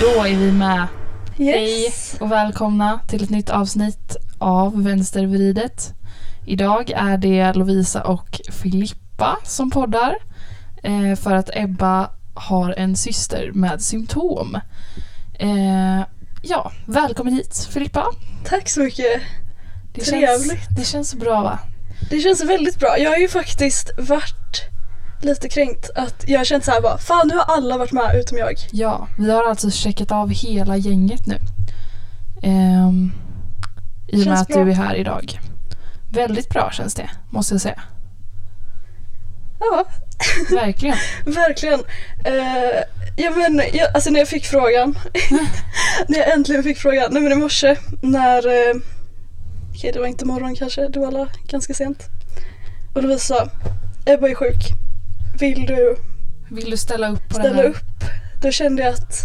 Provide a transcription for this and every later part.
Då är vi med. Yes. Hej och välkomna till ett nytt avsnitt av Vänstervridet. Idag är det Lovisa och Filippa som poddar för att Ebba har en syster med symptom. Ja, välkommen hit Filippa. Tack så mycket. Trevligt. Det känns bra, va? Det känns väldigt bra. Jag har ju faktiskt varit lite kränkt att jag har känt så här bara, fan nu har alla varit med utom jag. Ja, vi har alltså checkat av hela gänget nu. I och med att du är här idag. Väldigt bra känns det, måste jag säga. Ja. Verkligen. Verkligen. Alltså när jag fick frågan när jag äntligen fick frågan, nej men i morse när okej, det var inte morgon kanske, det var alla ganska sent. Och Lovisa sa, Ebba är sjuk. Vill du ställa upp på det här? Ställa upp. Då kände jag att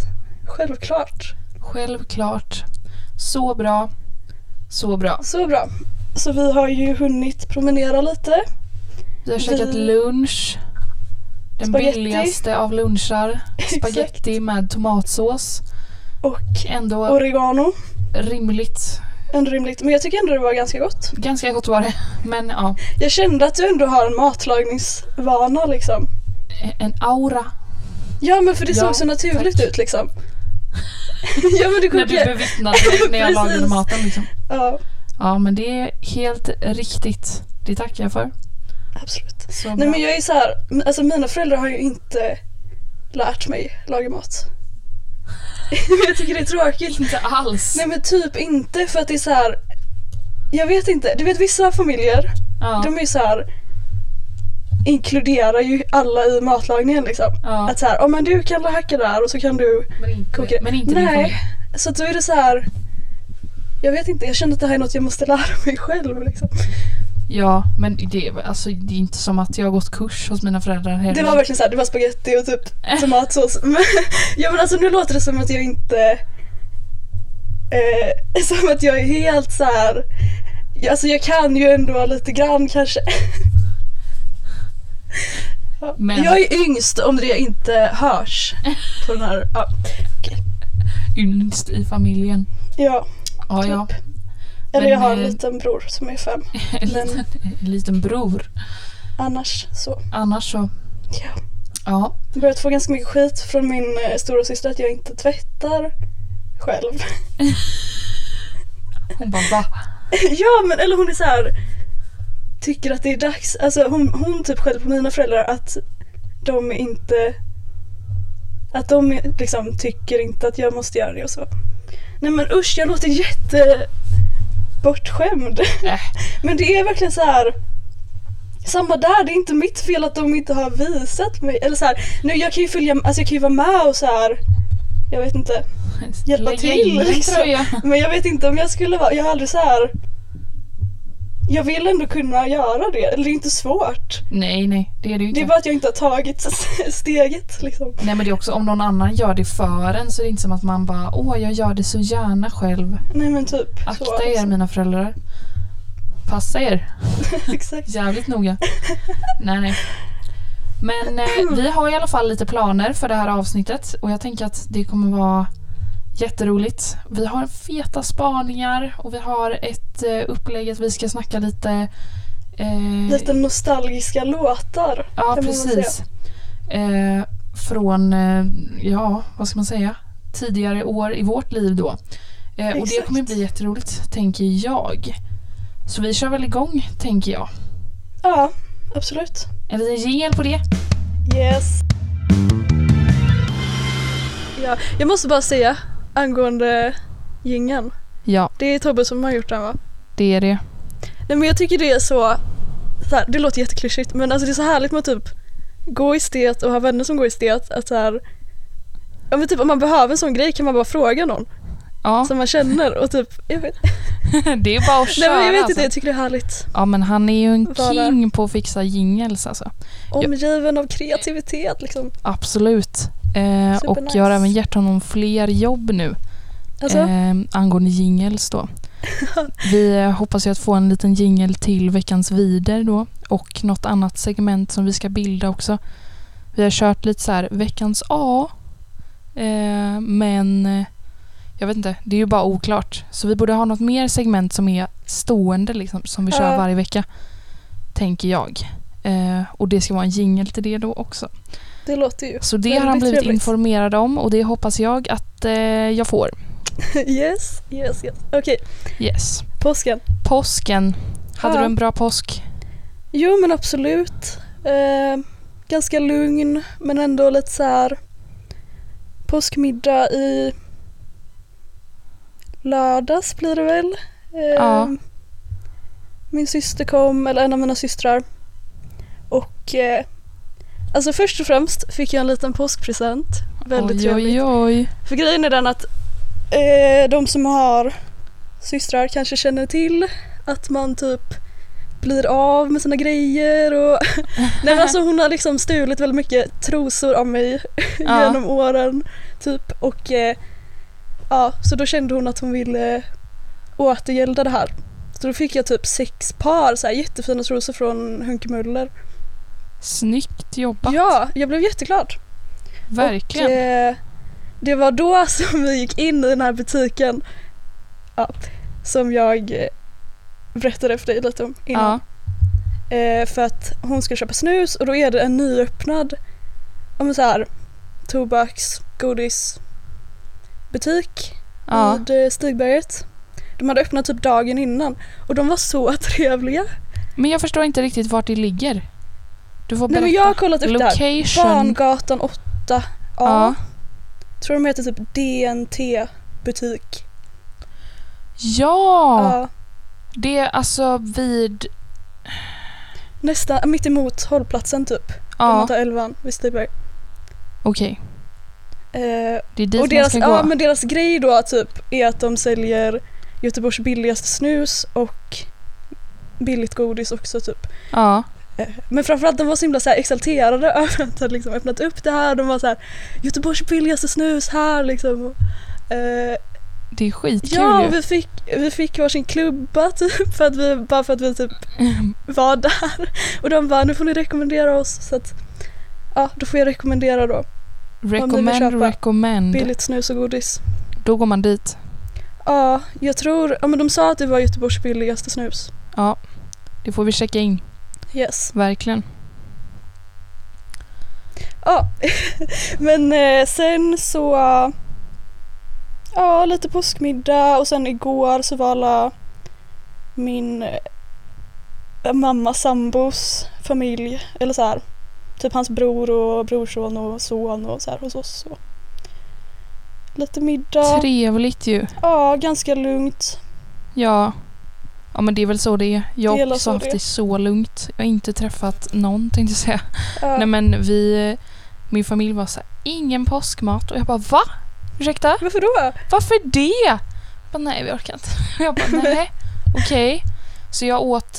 Självklart. Så bra. Så bra. Så vi har ju hunnit promenera lite. Vi har käkat lunch. Den Spaghetti. Billigaste av lunchar. Spaghetti med tomatsås. Och ändå oregano. Rimligt. Men jag tycker ändå det var ganska gott. Ganska gott var det. Men ja. Jag kände att du ändå har en matlagningsvana liksom. En aura. Ja, men för det såg så naturligt ut liksom. Ja, men när du bevittnade när jag lagade maten liksom. Ja. Ja, men det är helt riktigt. Det tackar jag för. Absolut. Nej, men jag är så här, alltså mina föräldrar har ju inte lärt mig laga mat. Jag tycker det är tråkigt. Inte alls. Nej, men typ inte, för att det är så här, jag vet inte, du vet vissa familjer, de är ju så här, inkluderar ju alla i matlagningen liksom. Att så här, men du kan hacka där och så kan du koka. Men inte nej, så då är det så här, jag vet inte, jag känner att det här är något jag måste lära mig själv liksom. Ja, men det är inte som att jag har gått kurs hos mina föräldrar heller. Det var verkligen så här, det var spaghetti och typ tomatsås. Ja, men alltså nu låter det som att jag inte som att jag är helt så här. Alltså jag kan ju ändå lite grann kanske. Men jag är yngst om det inte hörs på den här. Ja, okay. Yngst i familjen. Ja. Ja, ja. Eller jag har en liten bror som är 5. En liten bror. Annars så. Ja. Ja. Jag har börjat få ganska mycket skit från min stora syster att jag inte tvättar själv. Hon bara, va? Ja, men eller hon är så här, tycker att det är dags. Alltså hon typ skäller på mina föräldrar att de liksom tycker inte att jag måste göra det och så. Nej men usch, jag låter bortskämd. Men det är verkligen så här, samma där, det är inte mitt fel att de inte har visat mig. Eller så här, nu jag kan ju följa, alltså jag kan ju vara med och så här, jag vet inte, hjälpa till liksom. Men jag vet inte om jag skulle vara, jag har aldrig så här, jag vill ändå kunna göra det. Eller det är inte svårt. Nej, det är det ju inte. Det är bara att jag inte har tagit steget liksom. Nej, men det är också, om någon annan gör det för en så är det inte som att man bara, jag gör det så gärna själv. Nej, men typ. Akta så, er, alltså. mina föräldrar. Passa er. Exakt. Jävligt noga. Nej. Men vi har i alla fall lite planer för det här avsnittet. Och jag tänker att det kommer vara jätteroligt. Vi har feta spaningar och vi har ett upplägg att vi ska snacka lite lite nostalgiska låtar. Ja, precis. Från vad ska man säga, tidigare år i vårt liv då. Och det kommer bli jätteroligt, tänker jag. Så vi kör väl igång, tänker jag. Ja, absolut. En liten jingle på det. Yes. Ja, jag måste bara säga angående jingeln. Ja. Det är Tobbe som har gjort den, va? Det är det. Nej, men jag tycker det är så här, det låter jätteklyschigt, men alltså det är så härligt med typ gå i estet och ha vänner som går i estet, att så här, ja, men typ om man behöver en sån grej kan man bara fråga någon. Ja. Som man känner och typ, jag vet. Det är bara att köra. Nej, men jag vet alltså. inte, jag tycker det är härligt. Ja, men han är ju en king på att fixa jingles alltså. Omgiven av kreativitet liksom. Absolut. Och jag har även gett honom fler jobb nu. Alltså? Angående jingles då. Vi hoppas ju att få en liten jingle till veckans vider då. Och något annat segment som vi ska bilda också. Vi har kört lite så här veckans A, Men jag vet inte, det är ju bara oklart. Så vi borde ha något mer segment som är stående liksom, som vi kör varje vecka, tänker jag. Och det ska vara en jingle till det då också. Det låter ju. Så det har han blivit informerad om och det hoppas jag att jag får. Yes. Okej. Yes. Påsken. Hade du en bra påsk? Jo, men absolut. Ganska lugn, men ändå lite så här påskmiddag i lördags blir det väl. Min syster kom, eller en av mina systrar. Och alltså först och främst fick jag en liten påskpresent. Väldigt trevligt. Oj. För grejen är den att de som har systrar kanske känner till att man typ blir av med sina grejer och nej, men alltså hon har liksom stulit väldigt mycket trosor av mig genom åren typ, och så då kände hon att hon ville återgälda det här. Så då fick jag typ 6 par så här jättefina trosor från Hunkemuller. Snyggt jobbat. Ja, jag blev jätteglad. Verkligen. Och det var då som vi gick in i den här butiken som jag berättade för dig lite om innan. För att hon ska köpa snus och då är det en nyöppnad så här tobaks, godis butik vid Stigberget. De hade öppnat typ dagen innan och de var så trevliga. Men jag förstår inte riktigt vart det ligger. Du får berätta. Nej, men jag har kollat upp location. Där. Barngatan 8A. Tror de heter typ DNT butik. Ja. Det är alltså vid nästan mitt emot hållplatsen typ. Om man tar 11 vid Stigberg. Okej. Det är dit och deras, man ska gå. Ja, men deras grej då typ är att de säljer Göteborgs billigaste snus och billigt godis också typ. Ja. Men framförallt de var så himla så här exalterade över att ha liksom öppnat upp det här. De var så här, Göteborgs billigaste snus här liksom. Det är skitkul. Ja, vi fick varsin klubba typ för att vi typ var där. Och de bara, nu får ni rekommendera oss. Så att, då får jag rekommendera då. Recommend. Billigt snus och godis. Då går man dit. Ja, jag tror, men de sa att det var Göteborgs billigaste snus. Ja, det får vi checka in. Yes. Verkligen. Ja, men sen så lite påskmiddag och sen igår så var alla min mamma sambos familj, eller så här, typ hans bror och brorson och son och så här hos oss. Så. Lite middag. Trevligt ju. Ja, ganska lugnt. Ja, men det är väl så det är. Jag har också haft det så lugnt. Jag har inte träffat någon, tänkte jag säga. Nej, men min familj var så här, ingen påskmat. Och jag bara, va? Ursäkta? Varför då? Varför det? Jag bara, nej, vi orkar inte. Jag bara, nej, okej. Så jag åt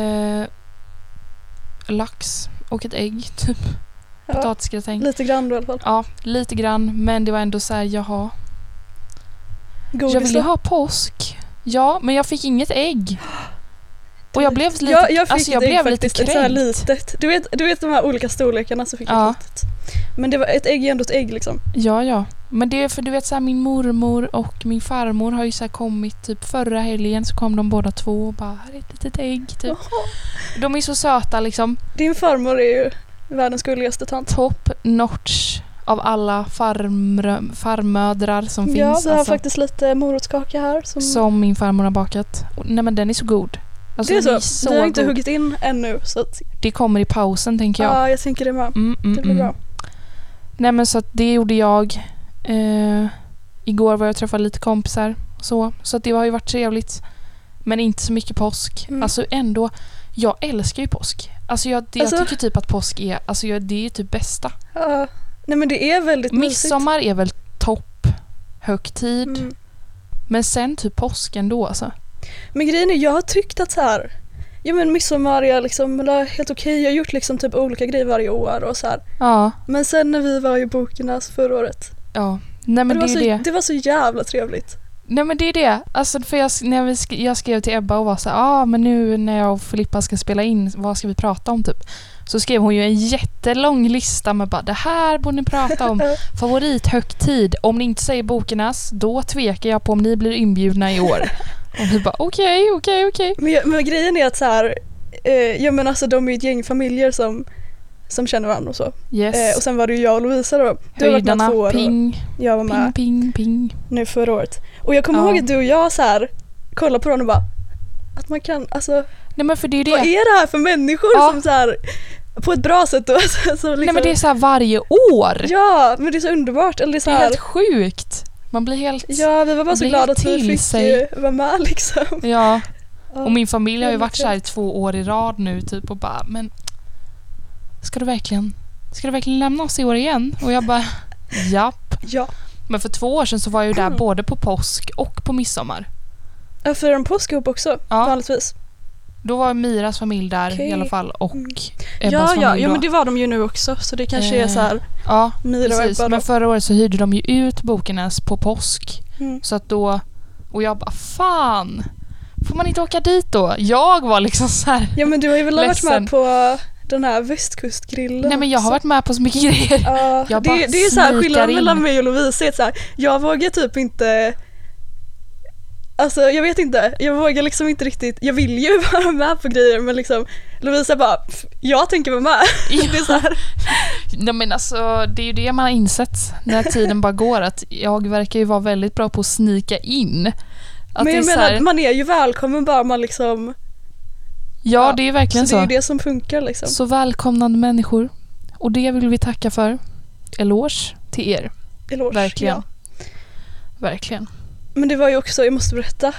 lax och ett ägg, typ. Potatisgratäng. Lite grann då i alla fall. Ja, lite grann. Men det var ändå så här, jaha. Godis jag ville ha påsk. Ja, men jag fick inget ägg. Och jag blev lite, jag blev lite kränkt. Så här litet. Du vet de här olika storlekarna så fick jag litet. Men det var ett ägg är ändå ett ägg liksom. Ja. Men det är för du vet så här, min mormor och min farmor har ju så här kommit typ förra helgen, så kom de båda två och bara, här är ett litet ägg typ. De är så söta liksom. Din farmor är ju världens gulligaste tant. Top notch av alla farmödrar som finns. Ja, vi har faktiskt lite morotskaka här. Som min farmor har bakat. Nej, men den är så god. Alltså, det är så. Vi har inte huggit in ännu. Så att... Det kommer i pausen, tänker jag. Ja, jag tänker det med. Det blir bra. Nej, men så att det gjorde jag. Igår var jag och träffade lite kompisar. Så att det har ju varit trevligt. Men inte så mycket påsk. Alltså ändå, jag älskar ju påsk. Alltså jag tycker typ att påsk är, alltså det är typ bästa. Nej, men det är väldigt midsommar mysigt. Är väl topp högtid. Men sen typ påsken då alltså. Men grejen är, jag har tyckt att så här, ja men midsommar är liksom helt okej. Jag har gjort liksom typ olika grejer varje år och så här. Ja. Men sen när vi var i Bokenäs förra året. Ja. Nej, men det var så jävla trevligt. Nej men det är det. Alltså för jag skrev till Ebba och var så här, men nu när jag och Filippa ska spela in, vad ska vi prata om typ? Så skrev hon ju en jättelång lista med bara, det här borde ni prata om. Favorithögtid. Om ni inte säger Bokenas, då tvekar jag på om ni blir inbjudna i år. Och vi bara, okej. Men grejen är att så här, ja men alltså de är ju ett gäng familjer som känner varandra och så. Yes. Och sen var det ju jag och Lovisa då. Du har varit med 2 år. Ping. Jag var med Ping. nu förra året. Och jag kommer ihåg att du och jag så här kollade på dem och bara, att man kan, alltså nej men för det är det. vad är det här för människor som så här på ett bra sätt då? Så liksom, nej men det är så här varje år. Ja, men det är så underbart. Eller så här, det är helt sjukt. Man blir helt... Ja, vi var bara så glada att vi fick vara med liksom. Ja, och min familj har ju varit så här i 2 år i rad nu typ och bara, men ska du verkligen lämna oss i år igen? Och jag bara, japp. Ja. Men för 2 år sedan så var jag ju där både på påsk och på midsommar. Ja, för en påsk ihop också, vanligtvis. Då var Miras familj där i alla fall och Ebbas familj Ja, men det var de ju nu också, så det kanske är så här. Ja, Mira precis. Men förra året så hyrde de ju ut Bokenas på påsk. Så att då, och jag bara, fan, får man inte åka dit då? Jag var liksom så här. Ja, men du har ju väl varit med på den här västkustgrillen. Nej, men jag har varit med på så mycket grejer. Ja, det är så här skillnad mellan mig och Lovisa. Så här, jag vågar typ inte. Alltså jag vet inte, jag vågar liksom inte riktigt. Jag vill ju vara med på grejer, men liksom Lovisa bara, jag tänker vara med. Ja. Det är så här. Nej, men alltså det är ju det man har insett när tiden bara går, att jag verkar ju vara väldigt bra på att snika in. Att Men jag menar, man är ju välkommen bara man liksom. Ja, det är verkligen så. Det är ju det som funkar liksom. Så välkomnande människor. Och det vill vi tacka för. Eloge till er. Eloge, verkligen. ja. Verkligen. Men det var ju också, jag måste berätta,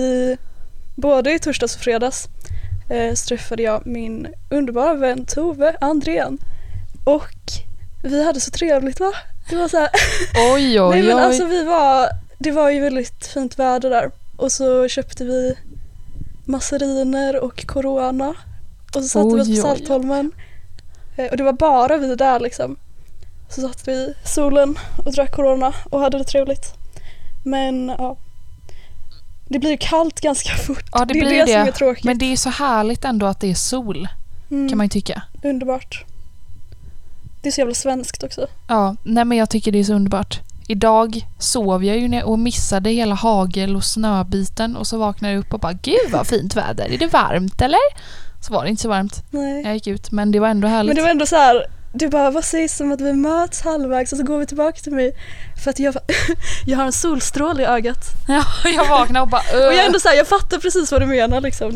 både i torsdags och fredags så träffade jag min underbara vän Tove Andrén. Och vi hade så trevligt, va? Det var så här. Oj. Nej, men alltså det var ju väldigt fint väder där. Och så köpte vi massariner och corona. Och så satte vi oss på Saltholmen. Och det var bara vi där liksom. Så satt vi i solen och drack corona och hade det trevligt. Men ja, det blir ju kallt ganska fort. Ja, det är det som är tråkigt. Men det är så härligt ändå att det är sol, kan man ju tycka. Underbart. Det är så jävla svenskt också. Ja, nej men jag tycker det är så underbart. Idag sov jag ju och missade hela hagel- och snöbiten, och så vaknade jag upp och bara, gud vad fint väder. Är det varmt eller? Så var det inte så varmt. Nej. Jag gick ut, men det var ändå härligt. Men det var ändå så här, du bara, vad sägs om att vi möts halvvägs och så går vi tillbaka till mig. För att jag har en solstråle i ögat. Ja, jag vaknade och bara och jag är ändå så här, jag fattar precis vad du menar liksom.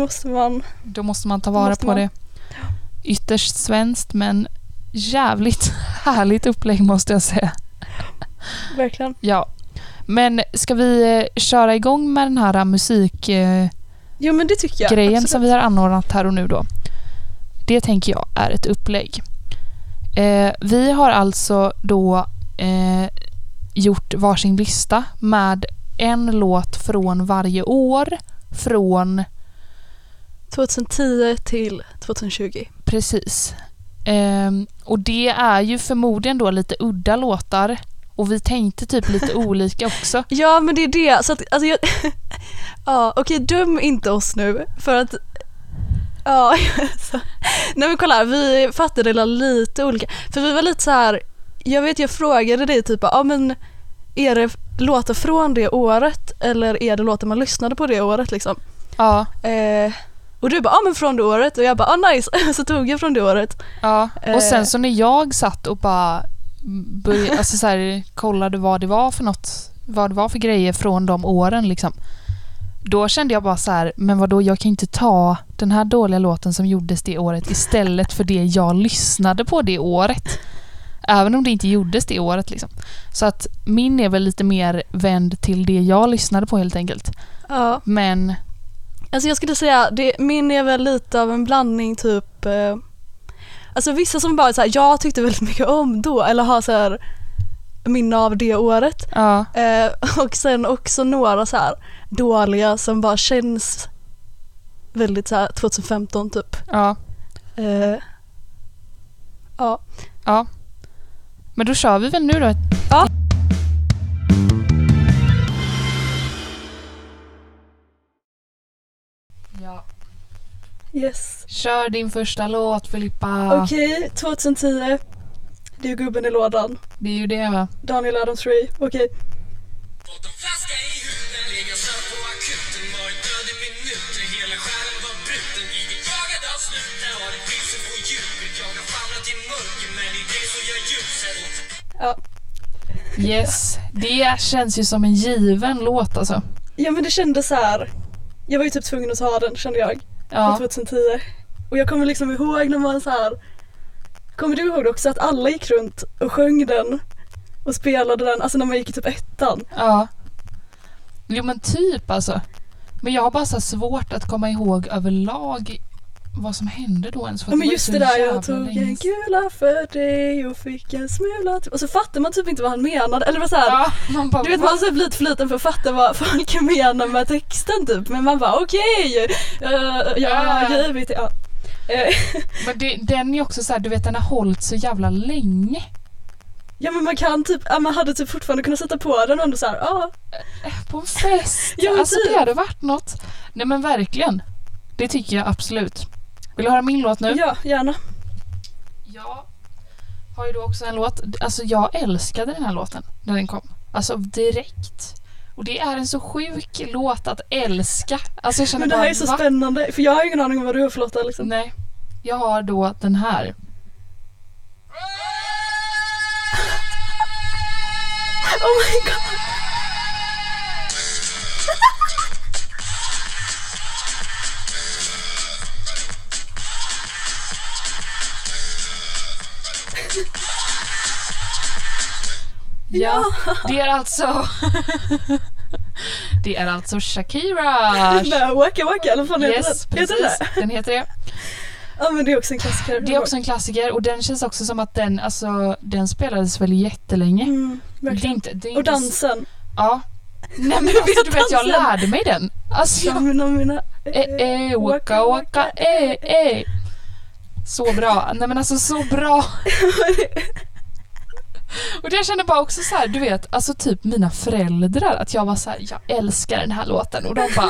Då måste man ta vara på det. Ytterst svenskt, men jävligt härligt upplägg måste jag säga. Verkligen. Ja. Men ska vi köra igång med den här musik jo, men det tycker jag. grejen absolut. som vi har anordnat här och nu då? Det tänker jag är ett upplägg. Vi har alltså då gjort varsin lista med en låt från varje år från 2010 till 2020. Precis. Och det är ju förmodligen då lite udda låtar, och vi tänkte typ lite olika också. Ja, men det är det. Så att, alltså jag, ja, okej, döm inte oss nu för att ja, så. Nej men kolla, vi fattade det lite olika. För vi var lite så här, jag frågade dig typ, ja men är det låtar från det året eller är det låtar man lyssnade på det året liksom? Ja. Och du bara, ja men från det året, och jag bara, nice, så tog jag från det året. Ja, och sen så när jag satt och bara alltså så här, kollade vad det var för grejer från de åren liksom. Då kände jag bara så här, men vadå, jag kan inte ta den här dåliga låten som gjordes det året istället för det jag lyssnade på det året. Även om det inte gjordes det året liksom. Så att min är väl lite mer vänd till det jag lyssnade på helt enkelt. Ja. Men alltså jag skulle säga, min är väl lite av en blandning typ. Alltså vissa som bara så här, jag tyckte väldigt mycket om då, eller har så här minne av det året. Ja. Och sen också några så här dåliga som bara känns väldigt så här 2015 typ. Ja. Ja. Ja. Men då kör vi väl nu då. Ja. Yes. Kör din första låt, Filippa. Okej, 2010. Det är ju gubben i lådan. Det är ju det, va? Daniel Adams Ray. Okej. Ja. Yes, det känns ju som en given låt alltså. Ja, men det kändes så här. Jag var ju typ tvungen att ta den, kände jag. Ja. 2010. Och jag kommer liksom ihåg när man så här. Kommer du ihåg också att alla gick runt och sjöng den och spelade den, alltså när man gick i typ ettan? Ja. Jo men typ alltså. Men jag har bara så svårt att komma ihåg överlag vad som hände då ens. Ja, men just det där, jag tog en kula för dig och fick en smula och så fattar man typ inte vad han menade. Eller vad så här, ja, man bara, du vet, man har blivit för liten för att fatta vad folk menar med texten typ. Men man bara okej, givet, ja. Men den är också så här, du vet, den har hållit så jävla länge. Ja, men man kan typ, man hade typ fortfarande kunnat sätta på den och så här, på en fest. Ja, alltså typ. det hade varit något. Nej men verkligen. Det tycker jag absolut. Vill du höra min låt nu? Ja, gärna. Jag har ju då också en låt. Alltså jag älskade den här låten när den kom. Alltså direkt. Och det är en så sjuk låt att älska. Alltså jag känner men det här bara, är så spännande. För jag har ingen aning om vad du har för låtar liksom. Nej, jag har då den här. Oh my god. Ja, det är alltså det är alltså Shakira. Nej, Waka Waka, eller fan yes, heter precis. det? Den heter det. Ja, men det är också en klassiker. Det är också en klassiker och den känns också som att den spelades väl jättelänge. Verkligen. Det är inte, och dansen. Ja. Nej men alltså, du vet, jag lärde mig den. Alltså, ja, mina waka waka, så bra. Nej men alltså så bra. Och det jag känner bara också så här, du vet, alltså typ mina föräldrar, att jag var så här, jag älskar den här låten och de bara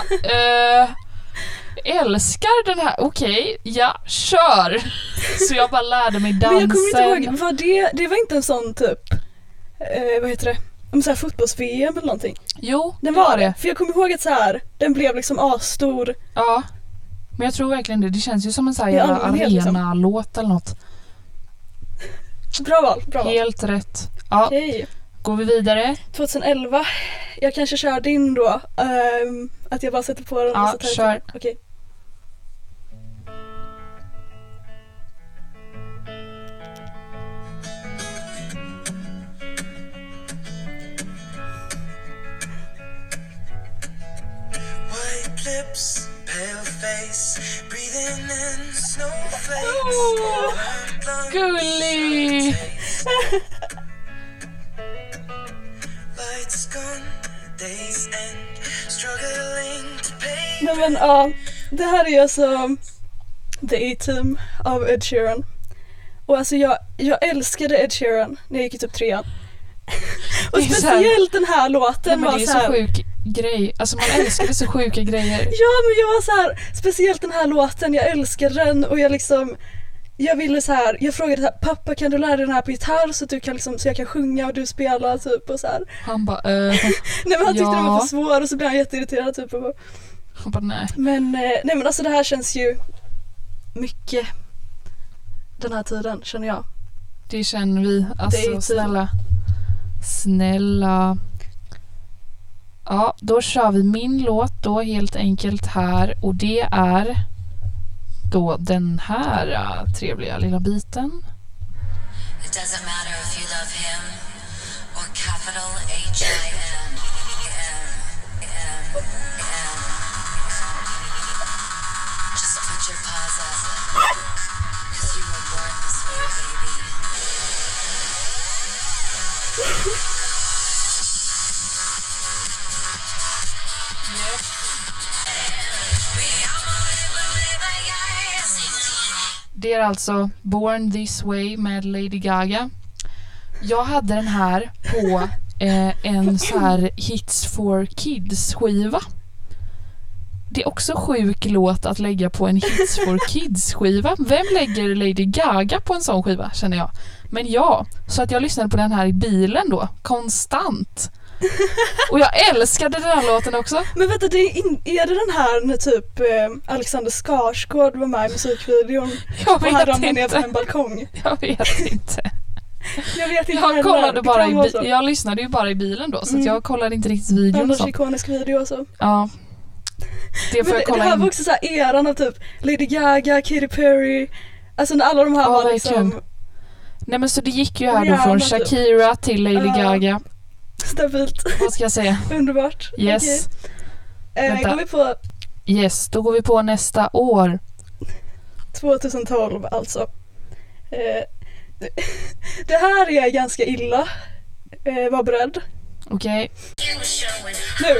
älskar den här, okej, ja, kör. Så jag bara lärde mig dansen. Men jag kommer inte ihåg, det var inte en sån typ vad heter det? Om så här fotbolls-VM eller någonting. Jo, den var det. För jag kommer ihåg att så här, den blev liksom asstor. Ja. Men jag tror verkligen det. Det känns ju som en så här jävla arena-låt liksom. Eller något. Bra val, bra val. Helt rätt. Ja. Okej. Går vi vidare? 2011. Jag kanske kör din då. Att jag bara sätter på den. Ja, och så kör. Okej. Lips, pale face, breathing in snowflakes. Gullig! Lights gone, days end, struggling to pay. Nej men ja, det här är alltså The A-Team av Ed Sheeran. Och alltså jag älskade Ed Sheeran när jag gick i typ 3:an. Och speciellt den här låten. Nej, men det är så sjuk grej. Alltså man älskade så sjuka grejer. Ja, men jag var så här, speciellt den här låten, jag älskade den och jag ville så här, jag frågade så här, pappa, kan du lära dig den här på gitarr så att du kan liksom, så jag kan sjunga och du spelar typ och så här. Han bara nej men han tyckte den var för svår och så blev han jätteirriterad typ och han bara nej. Men nej men alltså det här känns ju mycket den här tiden, känner jag. Det känner vi, alltså snälla. Ja, då kör vi min låt då helt enkelt här och det är då den här trevliga lilla biten. It doesn't matter if you love him or capital H-I-M. Just put your paws up, 'cause you were born this way, baby. Det är alltså Born This Way med Lady Gaga. Jag hade den här på en så här Hits for Kids skiva. det är också sjuk låt att lägga på en Hits for Kids-skiva. Vem lägger Lady Gaga på en sån skiva, känner jag. Men ja, så att jag lyssnade på den här i bilen då, konstant. Och jag älskade den här låten också. Men vänta, är det den här när typ Alexander Skarsgård var med i musikvideon? Jag och han vet ramlade ner inte. från en balkong? Jag vet inte. Jag vet inte Jag heller. kollade Det bara kan vara så. jag lyssnade ju bara i bilen då, så att jag kollade inte riktigt videon och Annars sånt. ikonisk video och så. Ja. Det får Men jag det kolla här in. var också så här eran av typ Lady Gaga, Katy Perry. Alltså när alla de här Ja, var verkligen. liksom Nej men så det gick ju här då Rihanna från typ. Shakira till Lady Gaga. stabilt. Vad ska jag säga? Underbart. Yes. Okej. Vänta. Går vi på Yes, då går vi på nästa år. 2012 alltså. Det här är ganska illa. Var beredd. Okej. Nu.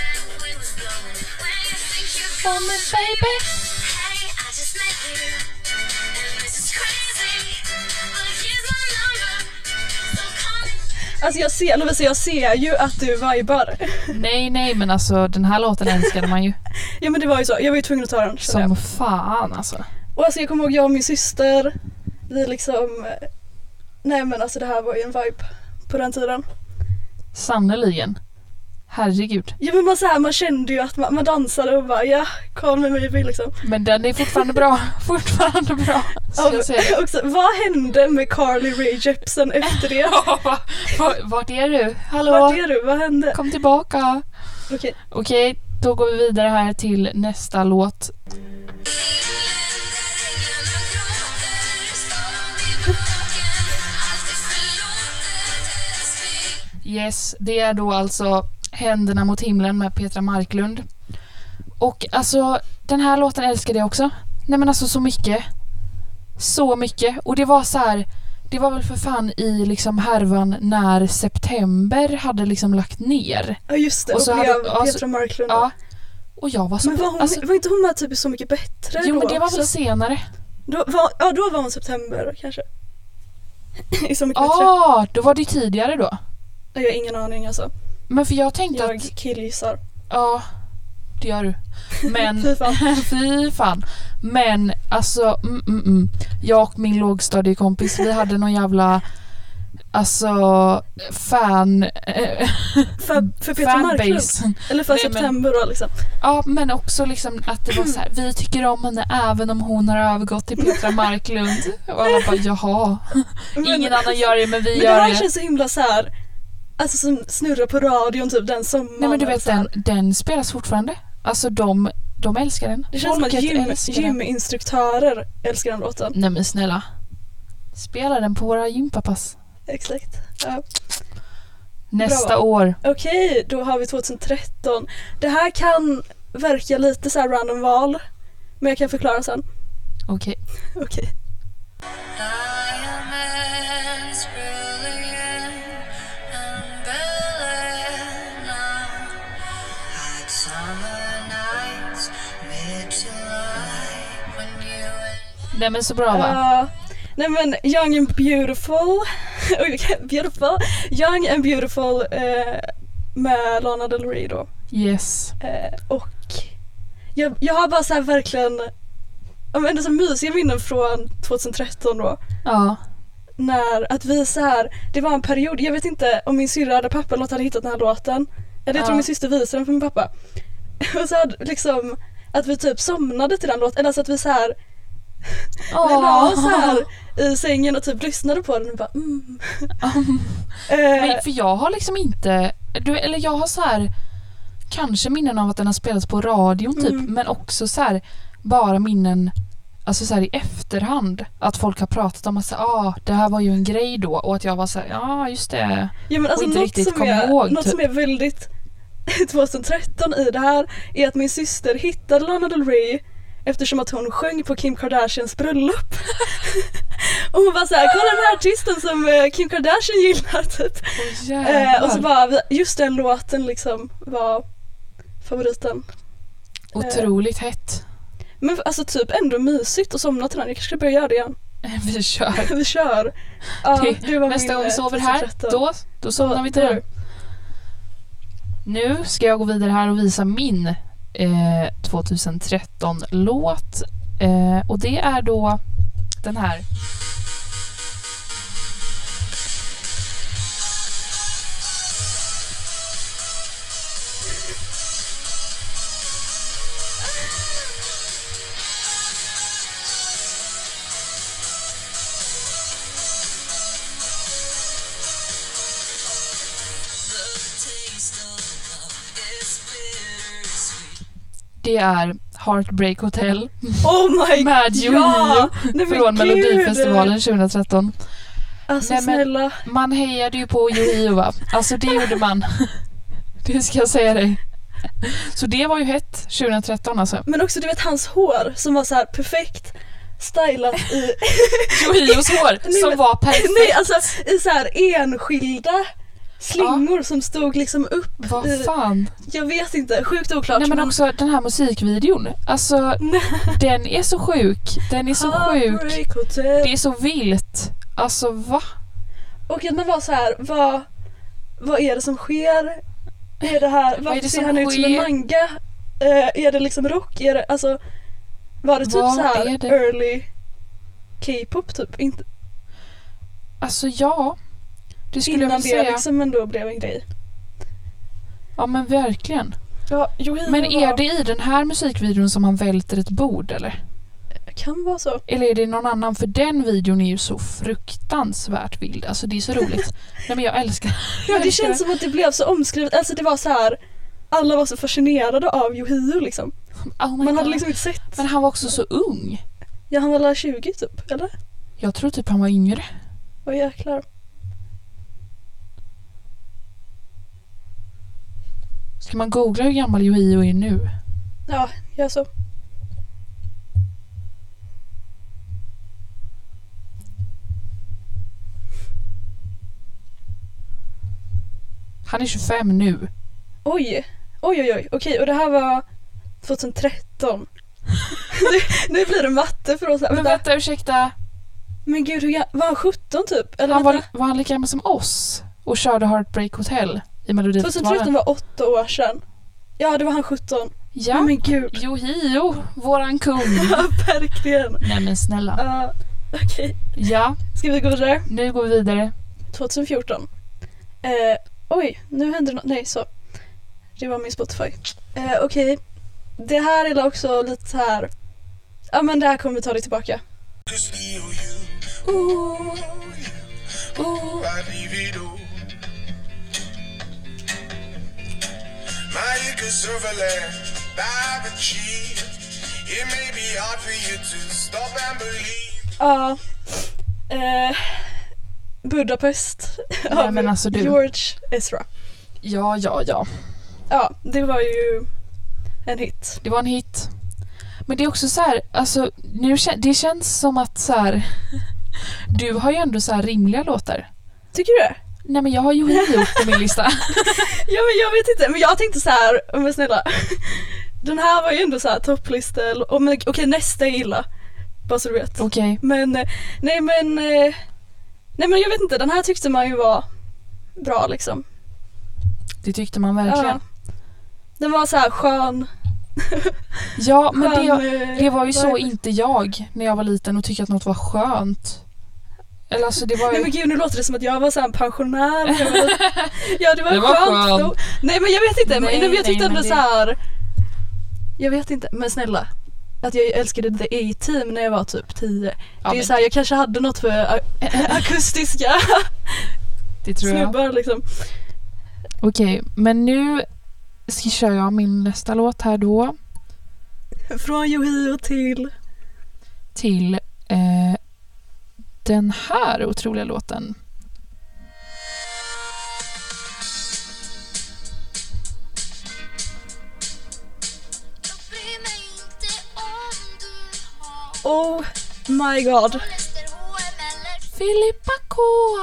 Alltså jag ser ju att du vibar. Nej, men alltså den här låten älskade man ju. Ja men det var ju så, jag var ju tvungen att ta den. Som fan alltså. Och alltså jag kommer ihåg jag och min syster, vi liksom, nej men alltså det här var ju en vibe på den tiden. Sannoliken. Herregud. Ja men man kände ju att man dansade och bara ja, call me maybe liksom. Men den är fortfarande bra. Fortfarande bra. Ska jag säga. Också, vad hände med Carly Rae Jepsen efter det? Vart är du? Hallå? Vart är du? Vad hände? Kom tillbaka. Okej. Då går vi vidare här till nästa låt. Yes, det är då alltså Händerna mot himlen med Petra Marklund. Och alltså, den här låten älskade jag också. Nej men alltså så mycket. Så mycket. Och det var så här, det var väl för fan i liksom härvan när September hade liksom lagt ner. Ja just det, och så blev hade, Petra Marklund. Ja. Och jag var så... Men var inte hon med typ Så mycket bättre jo då men det var också? väl senare. Då var hon September kanske. I Så mycket bättre. Ja, då var det tidigare då. Jag har ingen aning alltså. Men för jag tänkte Jag att... killgissar. Ja, det gör du. Men... Fy fan. Fy fan. Men alltså... Jag och min lågstadiekompis, vi hade någon jävla... Alltså... Fan... För Petra Marklund. fanbase. Eller för Nej, men- September då liksom. Ja, men också liksom att det var så här, vi tycker om henne även om hon har övergått till Petra Marklund. Och alla bara, jaha. Ingen annan gör det, men vi Men det gör här det. känns så himla så här. Alltså som snurrar på radion typ den sommaren. Nej men du eller vet, så här. den spelas fortfarande. Alltså de älskar den. Det känns som att Folket älskar den. gyminstruktörer älskar den låten. Nej men snälla. Spela den på våra gympapass. Exakt. Ja. Nästa Bra. år. Okej, då har vi 2013. Det här kan verka lite så här random val. Men jag kan förklara sen. Okej. Okej. Nej men så bra va? Nej men Young and Beautiful. Beautiful. Young and Beautiful med Lana Del Rey då. Yes. Och jag har bara så här verkligen ändå så mysiga minnen från 2013 då. Ja. När att vi så här, det var en period, jag vet inte om min syrra eller pappa eller något hade hittat den här låten. Eller jag tror min syster visade den för min pappa. Och så hade liksom att vi typ somnade till den låten, eller så att vi så här vi la oss här i sängen och typ lyssnade på den och bara Men för jag har liksom inte, eller jag har så här kanske minnen av att den har spelats på radion typ, men också så här bara minnen, alltså så här i efterhand att folk har pratat om att så, det här var ju en grej då, och att jag var så här, just det. Ja men alltså inte något riktigt som kom är ihåg, något typ. som är väldigt 2013 i det här är att min syster hittade Lana Del Rey eftersom att hon sjöng på Kim Kardashians bröllop. Och hon var så här, kolla den här artisten som Kim Kardashian gillar typ. Och så bara, just den låten liksom var favoriten. Otroligt hett. Men alltså typ ändå mysigt att somna till den. Jag kanske ska börja göra det igen. Vi kör. Vi kör. Ja, det var nästa min, gång vi sover här, 2013. då somnar vi till den. Nu ska jag gå vidare här och visa min 2013-låt. Och det är då den här. Det är Heartbreak Hotel Oh my med Yohio från gud. Melodifestivalen 2013. Alltså Nej, men snälla. man hejade ju på Yohio, va? Alltså det gjorde man. Det ska jag säga dig. Så det var ju hett 2013 alltså. Men också du vet hans hår som var så här perfekt stylat i Yohios hår som var perfekt. Nej, alltså i så här enskilda slingor som stod liksom upp. Vad fan? Jag vet inte, sjukt oklart. Nej, men också den här musikvideon. Alltså den är så sjuk. Den är så sjuk. Det är så vilt. Alltså va? Och man var så här, vad är det som sker? Är det här, varför ser han ut som en manga? Är det liksom rock? Är det, alltså, var det typ så här early K-pop typ? Inte. Alltså ja. Det skulle innan jag vilja säga. Det liksom ändå blev en grej. Ja men verkligen. Ja, men är det i den här musikvideon som han välter ett bord eller? Kan vara så. Eller är det någon annan? För den videon är ju så fruktansvärt vild. Alltså det är så roligt. Nej men jag älskar. Ja, det känns som att det blev så omskrivet. Alltså det var så här. Alla var så fascinerade av Yohio liksom. Man hade liksom inte sett. Men han var också så ung. Ja, han var väl 20 typ, eller? Jag tror typ han var yngre. Vad jäklar. Ska man googla hur gammal Yohio är nu? Ja, gör så. Han är 25 nu. Oj. Okej, och det här var 2013. nu blir det matte för oss. Men vänta, ursäkta. Men gud, var han 17 typ? Eller var han lika gammal som oss och körde Heartbreak Hotel i Melodifestivalen? 2013 var 8 år sedan. Ja, det var han 17. Ja, men gud. Yohio, våran kung. Ja, verkligen. Nej men snälla. Okej. Ja. Ska vi gå vidare? Nu går vi vidare. 2014. Oj, nu händer något. Nej, så. Det var min Spotify. Okej. Det här är också lite så här. Ja, men det här kommer vi ta det tillbaka. Ja. Budapest av men alltså George Ezra. Ja. Ja, det var ju en hit. Det var en hit. Men det är också så här, alltså nu det känns som att så här, du har ju ändå så här rimliga låtar. Tycker du det? Nej men jag har ju gjort på min lista. Ja men jag vet inte, men jag tänkte så här, men snälla. Den här var ju ändå så här topplista och men okej, nästa är illa. Bara så du vet. Okej. Men nej men jag vet inte, den här tyckte man ju var bra liksom. Det tyckte man verkligen. Ja. Den var så här skön. Ja, men det var ju så inte jag när jag var liten och tyckte att något var skönt. Eller alltså det var ju... Nej men gud, nu låter det som att jag var så här en pensionär. Ja, det var skönt. Nej men jag vet inte, men jag tyckte ändå så här. Jag vet inte, men snälla. Att jag älskade The A-Team när jag var typ 10. Ja, det är så här, jag kanske hade något för akustiska det tror jag. Snubbar liksom. Okej, men nu kör jag min nästa låt här då. Från Yohio till den här otroliga låten. Oh my god. Filippa K.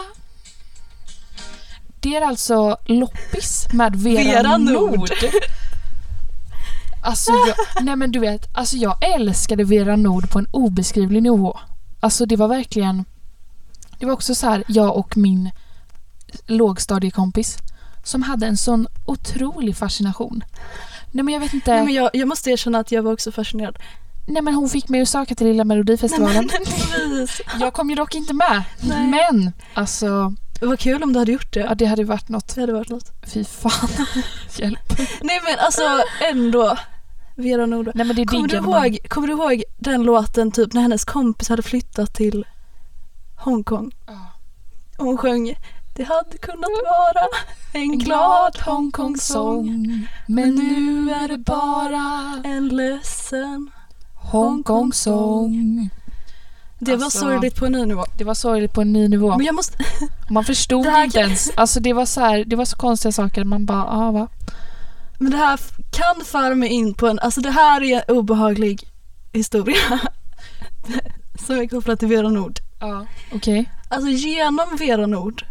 Det är alltså Loppis med Vera Nord. Alltså nej men du vet, alltså jag älskade Vera Nord på en obeskrivlig nivå. Alltså det var verkligen, det var också så här, jag och min lågstadiekompis som hade en sån otrolig fascination. Nej men jag vet inte. Nej, men jag måste erkänna att jag var också fascinerad. Nej men hon fick mig att söka till Lilla Melodifestivalen. Nej, Jag kom ju dock inte med. Nej. Men alltså... Det var kul om du hade gjort det. Ja, det hade varit något. Det hade varit något. Fy fan. Hjälp. Nej men alltså ändå. Vera Nord. Nej men det Kommer du ihåg den låten typ när hennes kompis hade flyttat till Hongkong? Och hon sjöng det hade kunnat vara en glad Hongkong-sång, men nu är det bara en ledsen Hongkong-sång. Det var sorgligt på en ny nivå. Det var sorgligt på en ny nivå. Men jag måste... Man förstod inte ens. Alltså det var så här, det var så konstiga saker. Man bara, va? Men det här kan föra mig in på alltså det här är en obehaglig historia som är kopplad till Vera Nord. Ja, okej. Alltså genom Vera Nord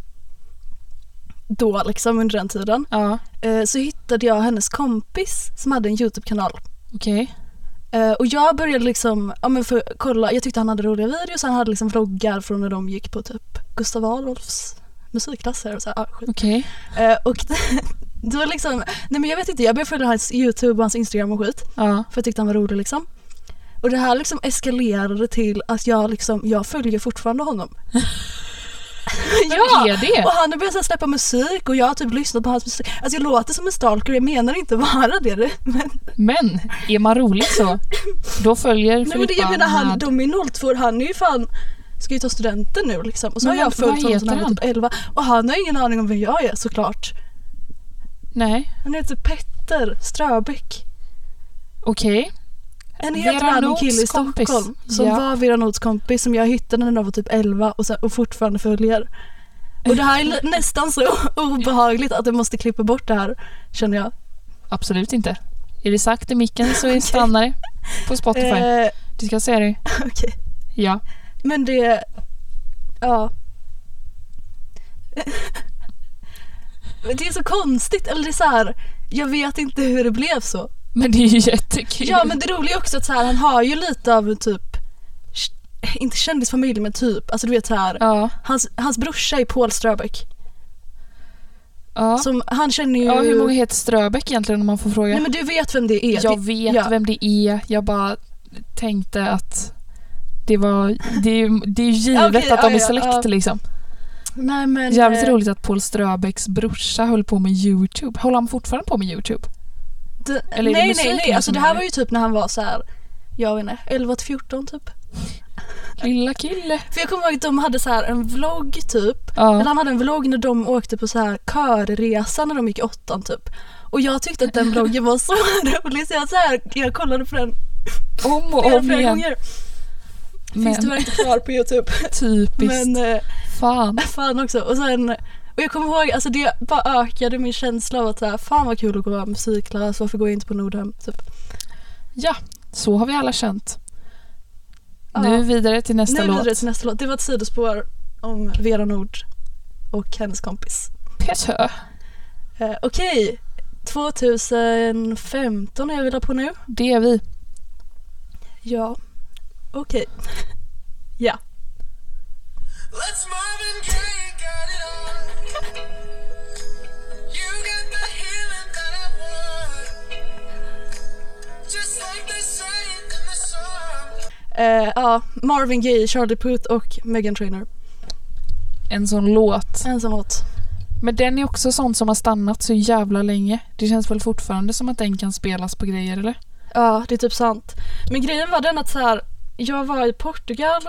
då liksom under den tiden så hittade jag hennes kompis som hade en YouTube-kanal. Okej. Och jag började liksom kolla, jag tyckte han hade roliga videos, han hade liksom vloggar från när de gick på typ Gustav Adolfs musikklasser och så här, skit. Okej. Och då liksom, nej men jag vet inte, jag började följa hans YouTube och hans Instagram och skit. Ja. För jag tyckte han var rolig liksom. Och det här liksom eskalerade till att jag följer fortfarande honom. Ja, är det? Och han har börjat släppa musik och jag har typ lyssnat på hans musik. Alltså jag låter som en stalker, jag menar inte vara det. Men är man rolig så, då följer nej, men det, jag menar de är 02, han är ju fan ska ju ta studenten nu liksom. Och så men har jag följt honom sedan han var han? typ 11. Och han har ingen aning om vem jag är såklart. Nej. Han heter Petter Ströbeck. Okej. En helt random kille i Stockholm som var Vera Nords kompis som jag hittade när jag var typ 11 och fortfarande följer. Och det här är nästan så obehagligt att jag måste klippa bort det här, känner jag. Absolut inte. Är det sagt i micken så är stannar det på Spotify. Du ska se det. Okej. Ja. Men det... Ja. Det är så konstigt. Eller det är så här, jag vet inte hur det blev så. Men det är ju jättekul. Ja, men det roliga är också att så här, han har ju lite av typ... Inte kändisfamilj, men typ. Alltså du vet så här. Ja. Hans brorsa är Paul Ströbeck. Ja. Som, han känner ju... Ja, hur många heter Ströbeck egentligen om man får fråga? Nej, men du vet vem det är. Jag vet vem det är. Jag bara tänkte att det är givet att de är släkt liksom. Nej, men... Jävligt roligt att Paul Ströbecks brorsa höll på med YouTube. Håller han fortfarande på med YouTube? Eller nej. Alltså det här var ju typ när han var så här, jag vet inte, 11-14 typ. Lilla kille. För jag kommer ihåg att de hade så här en vlogg typ. Eller han hade en vlogg när de åkte på så här körresa när de gick 8 typ. Och jag tyckte att den vloggen var så rolig så jag kollade på den om och om flera igen. gånger. Finns tyvärr inte kvar på YouTube. Typiskt. Men fan också. Och jag kommer ihåg, alltså det bara ökade min känsla av att så här, fan vad kul att gå musikklass, varför går jag inte på Nordhem typ. Ja, så har vi alla känt. Nu vidare till nästa låt. Det var ett sidospår om Vera Nord och hennes kompis. Peter. Okej, 2015 är jag vill på nu. Det är vi. Ja, okej. Ja. Let's Marvin Gaye got it on. You got the healing that I want. Just like they say it in the song. Marvin Gaye, Charlie Puth och Meghan Trainor. En sån låt. Men den är också sånt som har stannat så jävla länge. Det känns väl fortfarande som att den kan spelas på grejer, eller? Ja, det är typ sant. Men grejen var den att så här, jag var i Portugal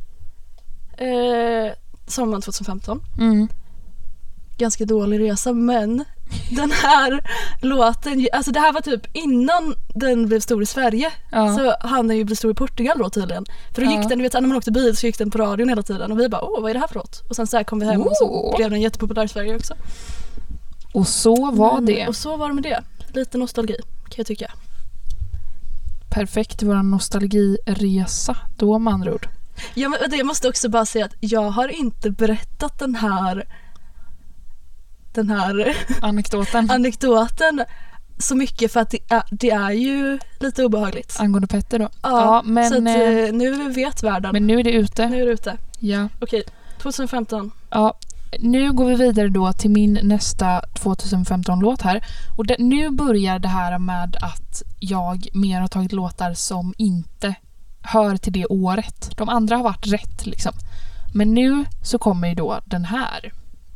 sommaren 2015. Ganska dålig resa, men den här låten, alltså det här var typ innan den blev stor i Sverige. Så han ju blev stor i Portugal då tydligen. För då gick den, du vet, när man åkte bil så gick den på radion hela tiden och vi bara, vad är det här för låt? Och sen så här kom vi hem och så blev den jättepopulär i Sverige också. Och så var det. Och så var det med det. Lite nostalgi kan jag tycka. Perfekt, vår nostalgiresa då med andra ord. Ja, men jag måste också bara säga att jag har inte berättat den här anekdoten så mycket för att det är ju lite obehagligt. Angående Petter då? Ja, men så att nu vet världen. Men nu är det ute. Nu är det ute. Ja. Okej, 2015. Ja, nu går vi vidare då till min nästa 2015-låt här. Och nu börjar det här med att jag mer har tagit låtar som inte hör till det året. De andra har varit rätt liksom. Men nu så kommer ju då den här.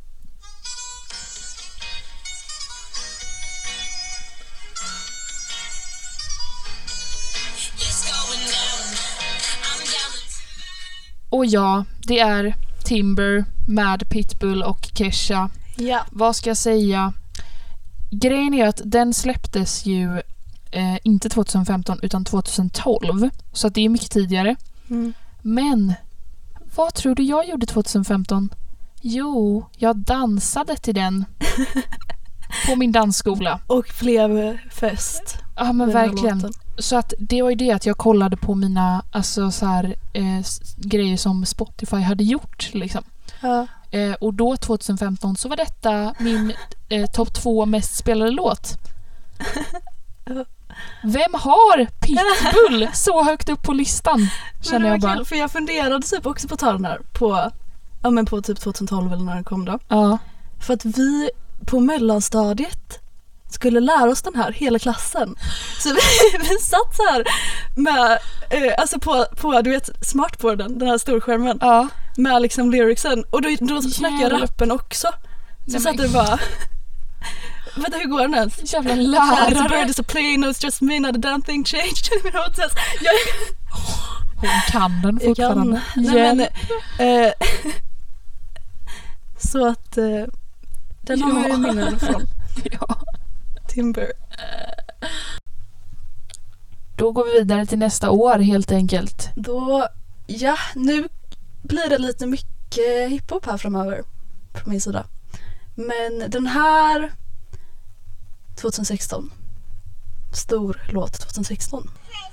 Och ja, det är Timber med Pitbull och Kesha. Ja. Vad ska jag säga? Grejen är att den släpptes ju inte 2015 utan 2012. Så att det är mycket tidigare. Mm. Men vad tror du jag gjorde 2015? Jo, jag dansade till den på min dansskola. Och blev fest. Ja, men verkligen. Så att det var ju det att jag kollade på mina alltså så här, grejer som Spotify hade gjort liksom. Ja. Och då 2015 så var detta min topp 2 mest spelade låt. Vem har Pitbull så högt upp på listan? Känner jag bara. Kul, för jag funderade typ också på att ta den här på typ 2012 eller när den kom då. Ja. För att vi på mellanstadiet skulle lära oss den här hela klassen. Så vi satt så här med alltså på du vet smartboarden, den här storskärmen. Ja. Med liksom lyricsen och då snackade jag rappen också. Så satt det bara vänta, hur går den ens? Jävla It's a bird, lärare. it's a plane, no, it's just me, not a damn thing changed. Hon kan den Jag kan. fortfarande. Nej, men, så att den har man ju minnen från. Ja. Timber. Då går vi vidare till nästa år helt enkelt. Då, ja, nu blir det lite mycket hiphop här framöver från min sida. Men den här 2016. Stor låt 2016.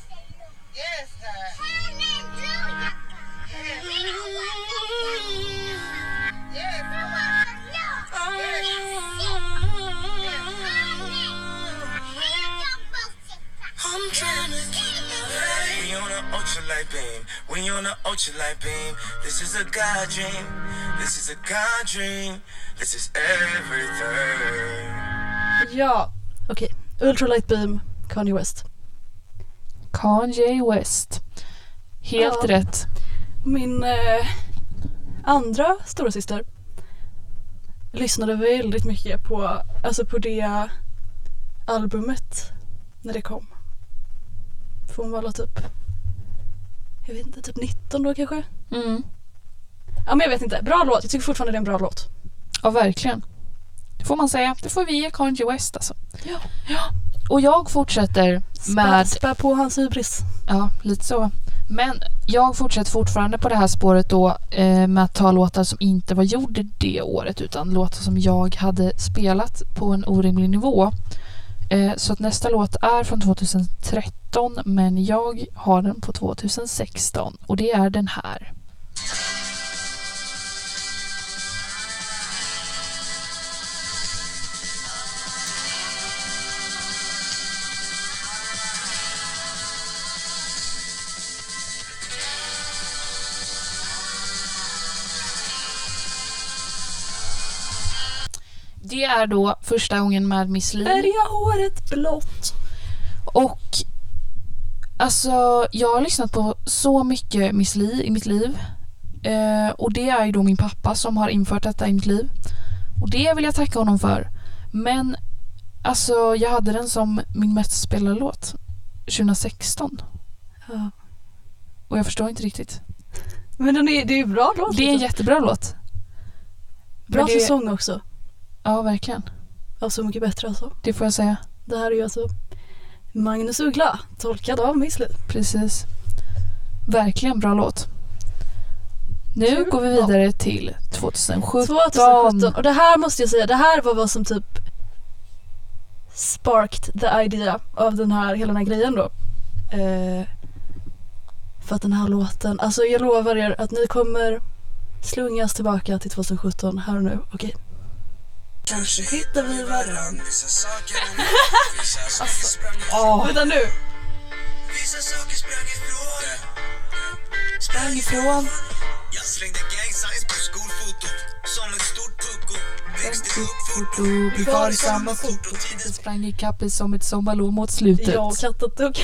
I'm trying to we on an ultralight beam. We on an ultralight beam. This is a God dream. This is a God dream. This is everything. Ja, okej. Ultralight Beam, Kanye West. Kanye West. Helt Ja. rätt. Min andra stora syster lyssnade väldigt mycket på det albumet när det kom. För hon var typ, jag vet inte, typ 19 då kanske. Mm. Ja, men jag vet inte. Bra låt. Jag tycker fortfarande det är en bra låt. Ja, verkligen. Det får man säga. Det får vi ge Kanye West alltså. Ja. Och jag fortsätter med... Spä på hans hybris. Ja, lite så. Men jag fortsätter fortfarande på det här spåret då med att ta låtar som inte var gjorda det året utan låtar som jag hade spelat på en orimlig nivå. Så att nästa låt är från 2013 men jag har den på 2016 och det är den här. Det är då första gången med Miss Li. Färga håret blått. Och alltså jag har lyssnat på så mycket Miss Li i mitt liv. Och det är ju då min pappa som har infört detta i mitt liv. Och det vill jag tacka honom för. Men alltså jag hade den som min mest spelade låt 2016. Ja. Och jag förstår inte riktigt. Men det är ju bra låt. Det är en liksom. jättebra låt. Bra men det- säsong också. Ja, verkligen. Ja, så mycket bättre alltså. Det får jag säga. Det här är ju alltså Magnus Uggla, tolkad av Miss Li. Precis. Verkligen bra låt. Nu Kul. går vi vidare till 2017. 2017. Och det här måste jag säga, det här var vad som typ sparked the idea av hela den här grejen då. För att den här låten, alltså jag lovar er att ni kommer slungas tillbaka till 2017 här och nu, okej? Kanske hittar vi varandra. Vissa saker sprang Vänta nu. Vissa saker sprang ifrån. Sprang ifrån. Jag slängde gang signs på skolfotot som ett stort pucko. Växte upp fort och Vi var i samma fot. Det sprang i kappe som ett sommarlov mot slutet. Jag och katten tog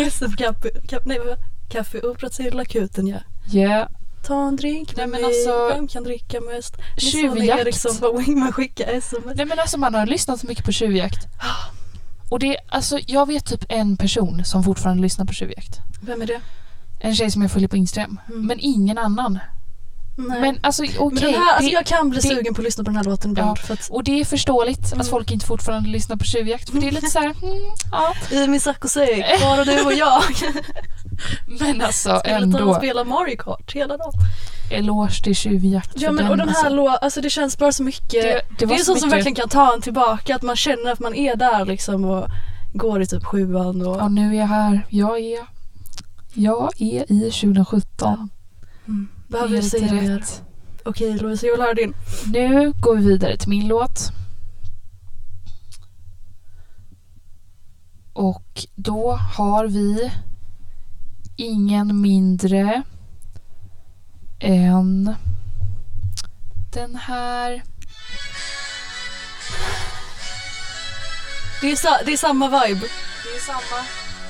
kaffe och till akuten, ja. Yeah. Ta en drink med Nej, men mig, alltså, vem kan dricka mest? tjuvjakt. Eriksson på Wingman skicka sms. Nej men alltså man har lyssnat så mycket på tjuvjakt. Och det, alltså jag vet typ en person som fortfarande lyssnar på tjuvjakt. Vem är det? En tjej som jag följer på Instagram. Men ingen annan. Nej. Men alltså okej. Men den här, alltså, det- jag kan bli det- sugen på att lyssna på den här låten ibland. Ja, För att och det är förståeligt att folk inte fortfarande lyssnar på tjuvjakt. För det är lite så här, ja. i min Sakusei, bara du och jag. Men alltså Skulle ta och ändå, spela Mario Kart hela dagen. eloge till tjuvjakt. Ja för men och den här alltså, låten, alltså det känns bara så mycket. det var Det är så så som mycket- verkligen kan ta en tillbaka. Att man känner att man är där liksom och går i typ 7:an och... Ja, nu är jag här. Jag är i 2017. Behöver vi Helt säga mer? rätt. Okej Louise, jag vill höra din. Nu går vi vidare till min låt. Och då har vi ingen mindre än den här. Det är samma vibe. Det är samma.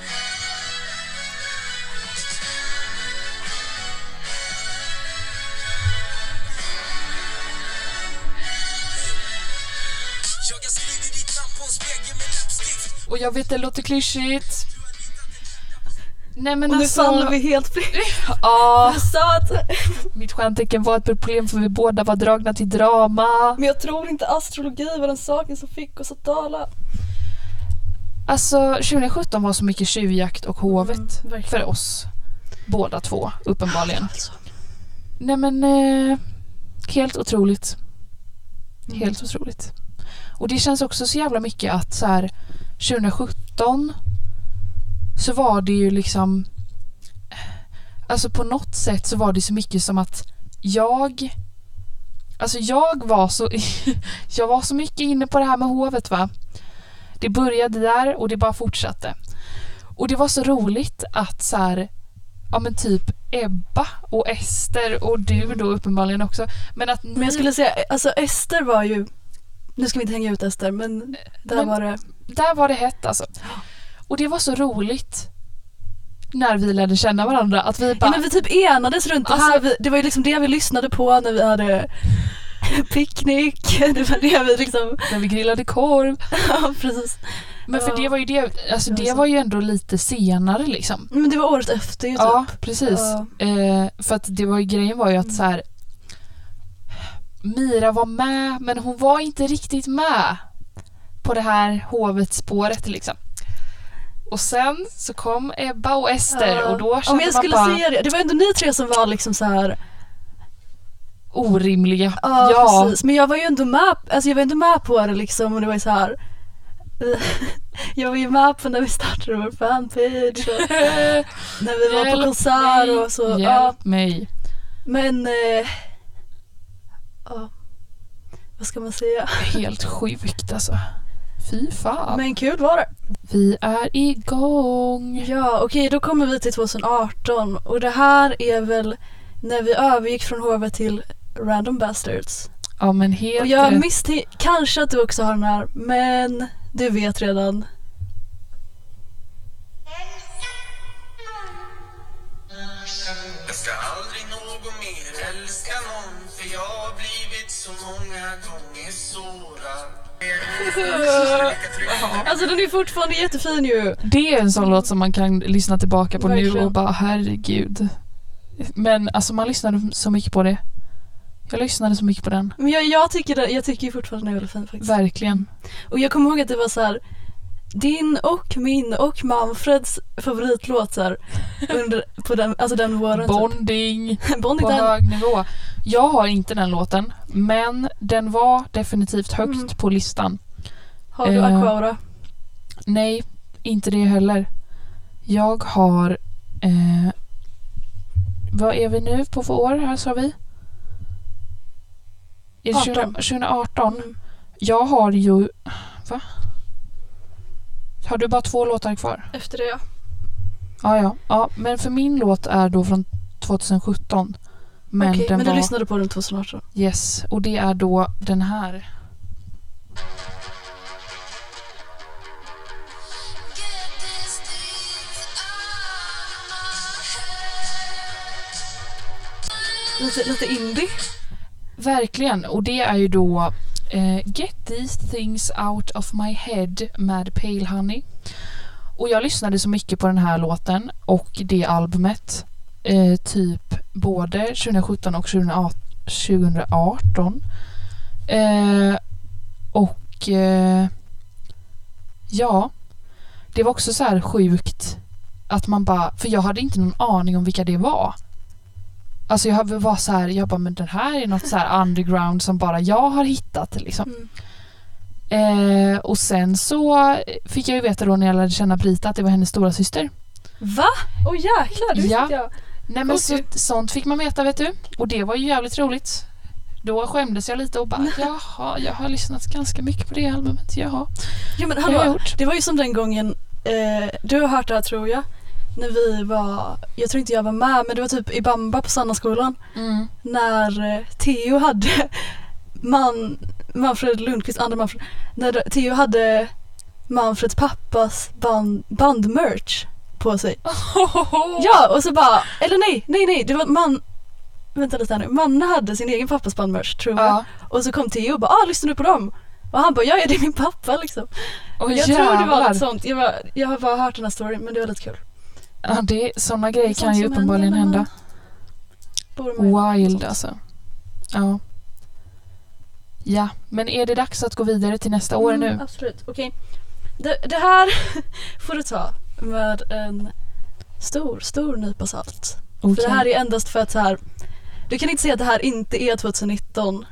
jag har skrivit ditt namn på en spegel med läppstift. Och jag vet det låter klyschigt. Nej men Och nu alltså. faller vi helt fritt. Ja, Jag sa att... mitt stjärntecken var ett problem för vi båda var dragna till drama. Men jag tror inte astrologi var den saken som fick oss att tala. Alltså 2017 var så mycket tjuvjakt och hovet verkligen. för oss. Båda två, uppenbarligen. Alltså. Nej men helt otroligt. Helt otroligt. Och det känns också så jävla mycket att så här 2017 så var det ju liksom, alltså på något sätt så var det så mycket som att jag var så jag var så mycket inne på det här med hovet, va. Det började där och det bara fortsatte. Och det var så roligt att så här, ja men typ Ebba och Ester och du då uppenbarligen också. Men att Men jag skulle säga, alltså Ester var ju... Nu ska vi inte hänga ut Ester, men Men- där var det hett alltså. Och det var så roligt när vi lärde känna varandra att vi bara... Ja, men vi typ enades runt det här. Det var ju liksom det vi lyssnade på när vi hade picknick. Det var det vi liksom... När vi grillade korv. Ja, precis. Men för Ja. det var ju det, alltså Det var det så. var ju ändå lite senare liksom. Men det var året efter ju typ. Ja, precis. Ja. För att det var ju, grejen var ju att så här, Mira var med, men hon var inte riktigt med på det här hovet-spåret liksom. Och sen så kom Ebba och Ester och då Ja, men kände jag man skulle bara säga det. Det var ändå ni tre som var liksom så här. orimliga. Ja, precis. Men jag var ju ändå med, alltså jag var ändå med på det liksom och det var ju så här. Jag var ju med på när vi startade vår fanpage och när vi var på konsert och så. Ja. Hjälp mig. Men ja, vad ska man säga? Helt sjukt alltså. Fy fan. Men kul var det. Vi är igång. Ja, okej, då kommer vi till 2018 och det här är väl när vi övergick från hovet till Random Bastards. Ja men helt Och jag rätt. misstänker kanske att du också har den här, men du vet redan. Jag ska aldrig någon mer älska någon, för jag har blivit så många gånger sårad. Alltså den är fortfarande jättefin ju. Det är en sån låt som man kan lyssna tillbaka på nu Verkligen. och bara herregud. Men alltså man lyssnade så mycket på det. Jag lyssnade så mycket på den. Men jag tycker ju fortfarande den är väldigt fin faktiskt. Verkligen. Och jag kommer ihåg att det var så här. Din och min och Manfreds favoritlåt så här, på den, alltså den våren. Bonding Bonding på den. hög nivå. Jag har inte den låten, men den var definitivt högst på listan. Har du Aquaura? Nej, inte det heller. Jag har... vad är vi nu på för år här, sa vi? Är det 18. 2018? Mm. Jag har ju... Va? Har du bara 2 låtar kvar? Efter det Ja, men för min låt är då från 2017. Men Okej, den men du var... lyssnade på den 2018? Yes, och det är då den här. Get these things out of my head. Lite indie? Verkligen, och det är ju då Get These Things Out of My Head med Pale Honey. Och jag lyssnade så mycket på den här låten och det albumet typ både 2017 och 2018. Ja, det var också så här sjukt att man bara, för jag hade inte någon aning om vilka det var. Alltså jag var så här, jag bara, men den här är något så här underground som bara jag har hittat liksom. Och sen så fick jag ju veta då när jag lärde känna Brita att det var hennes stora syster. Va? Åh jäklar, det visste Ja. inte jag. Nej men sånt fick man veta, vet du. Och det var ju jävligt roligt. Då skämdes jag lite och bara, jaha, jag har lyssnat ganska mycket på det albumet, jaha. Ja, men Det har jag hallå, gjort. det var ju som den gången, du har hört det här tror jag, när vi var, jag tror inte jag var med, men det var typ i Bamba på Sannaskolan, när Theo hade Manfred Lundqvist, andra Manfred, när Theo hade Manfreds pappas bandmerch på sig. Ja, och så bara, eller nej, det var vänta lite här nu, Manne hade sin egen pappas bandmerch tror jag. Ja. Och så kom Theo och bara, lyssnar du på dem? Och han bara, ja det är min pappa liksom. Och Jag tror det var jävlar. något sånt, jag har bara hört den här storyn, men det var lite kul. Ja, såna grejer Sånt kan ju som uppenbarligen händer när hända. man bor med Wild sånt. alltså. Ja. Ja, men är det dags att gå vidare till nästa år nu? Absolut, okej. Det här får du ta med en stor nypa salt. Okej. För det här är endast för att så här, du kan inte säga att det här inte är 2019.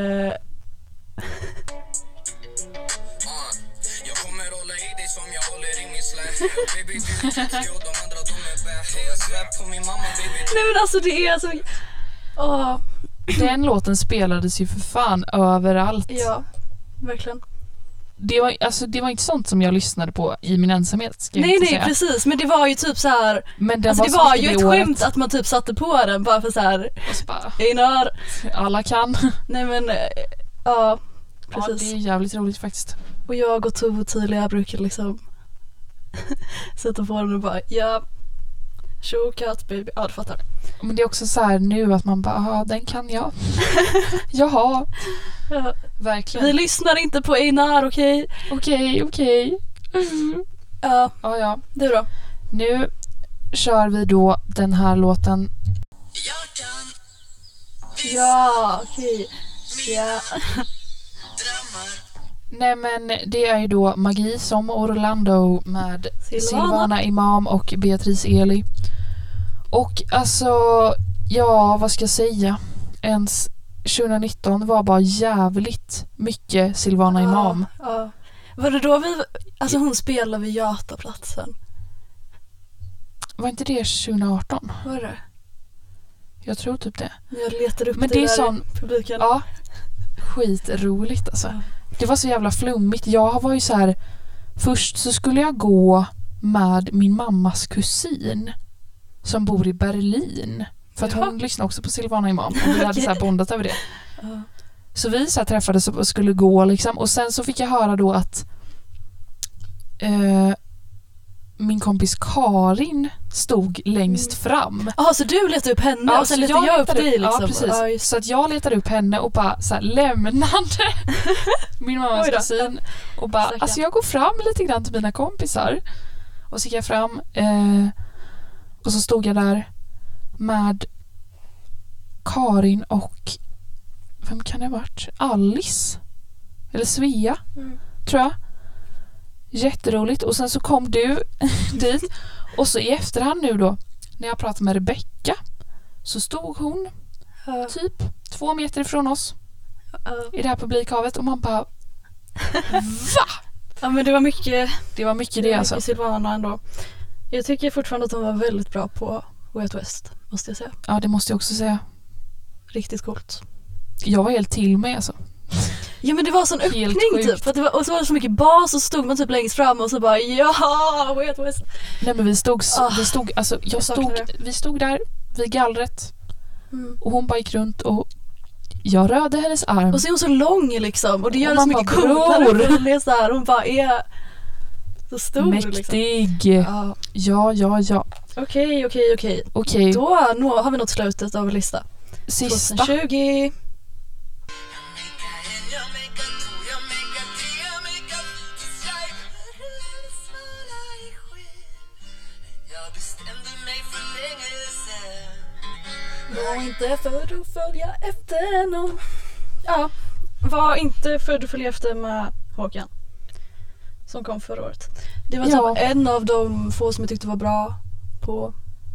Jag kommer hålla i dig som jag håller i min släp. Baby, du är duktig och de andra de är bad. Jag svär på min mamma, baby. Nej men alltså det är så... Åh, Den låten spelades ju för fan överallt. ja, verkligen. Det var inte sånt som jag lyssnade på i min ensamhet, ska jag inte Nej säga. precis, men det var ju typ så här. Men den Alltså det så var mycket ju det ett året. skämt att man typ satte på den bara för så här. Och så bara, Einar. alla kan. Nej men, ja, Ja, precis. det är jävligt roligt faktiskt. Och jag och Tove och Tilia brukar liksom sätta på den och bara, ja, showcut baby, ja du fattar. Men det är också så här nu att man bara, ja den kan jag. Jaha, Ja. verkligen. Vi lyssnar inte på Einar, okej? Okej. Ja, Ja. du då? Nu kör vi då den här låten. Jag kan Ja, okej. Ja. drömmar. Nej men det är ju då Magi som Orlando med Silvana. Silvana Imam och Beatrice Eli. Och alltså, ja vad ska jag säga? Ens 2019 var bara jävligt mycket Silvana Imam. Ja. Var det då alltså hon spelade vid Götaplatsen? Var inte det 2018? Var det? Jag tror typ det. Jag letar upp Men det det är där sån- i publiken. Ja, skitroligt alltså. Ja. Det var så jävla flummigt. Jag var ju så här, först så skulle jag gå med min mammas kusin som bor i Berlin. För att Jaha. hon lyssnar också på Silvana Imam och vi hade så här bondat över det. Ja. Så vi så här träffades och skulle gå liksom. Och sen så fick jag höra då att min kompis Karin stod längst fram. Jaha, så du letade upp henne och sen letade jag upp dig liksom? Ja, precis. Ja, just. Så att jag letade upp henne och bara så här lämnade min mammas Oj då. kusin och bara, Stackarn. alltså jag går fram lite grann till mina kompisar. Och så gick jag fram och så stod jag där med Karin och vem kan det ha varit? Alice? Eller Svea? Mm. Tror jag. Jätteroligt. Och sen så kom du dit. Och så i efterhand nu då, när jag pratade med Rebecca, så stod hon Ja. typ 2 meter ifrån oss Ja. i det här publikhavet och man bara, va? Ja, men det var mycket, Det var mycket det det var alltså. mycket Silvana ändå. Jag tycker fortfarande att de var väldigt bra på Way Out West, måste jag säga. Ja, det måste jag också säga. Riktigt coolt. Jag var helt till mig alltså. Ja, men det var sån Helt öppning sjukt. typ. För att det var, och så var det så mycket bas och så stod man typ längst fram och så bara ja, Way Out West. Nej men vi stod Ah, alltså, jag saknar vi stod där vid gallret Och hon bara gick runt och jag rörde hennes arm. Och så är hon så lång liksom. Och det gör Och det så man mycket bara, coolare. bror. För hon är så här, hon bara är så stor liksom. Mäktig. Ja. Ja. Okej. Okej, Då har vi nått slutet av lista. sista. 2020. Var inte för att följa efter någon. Ja, var inte för att följa efter med Håkan. Som kom förra året. Det var Ja. typ en av de få som jag tyckte var bra på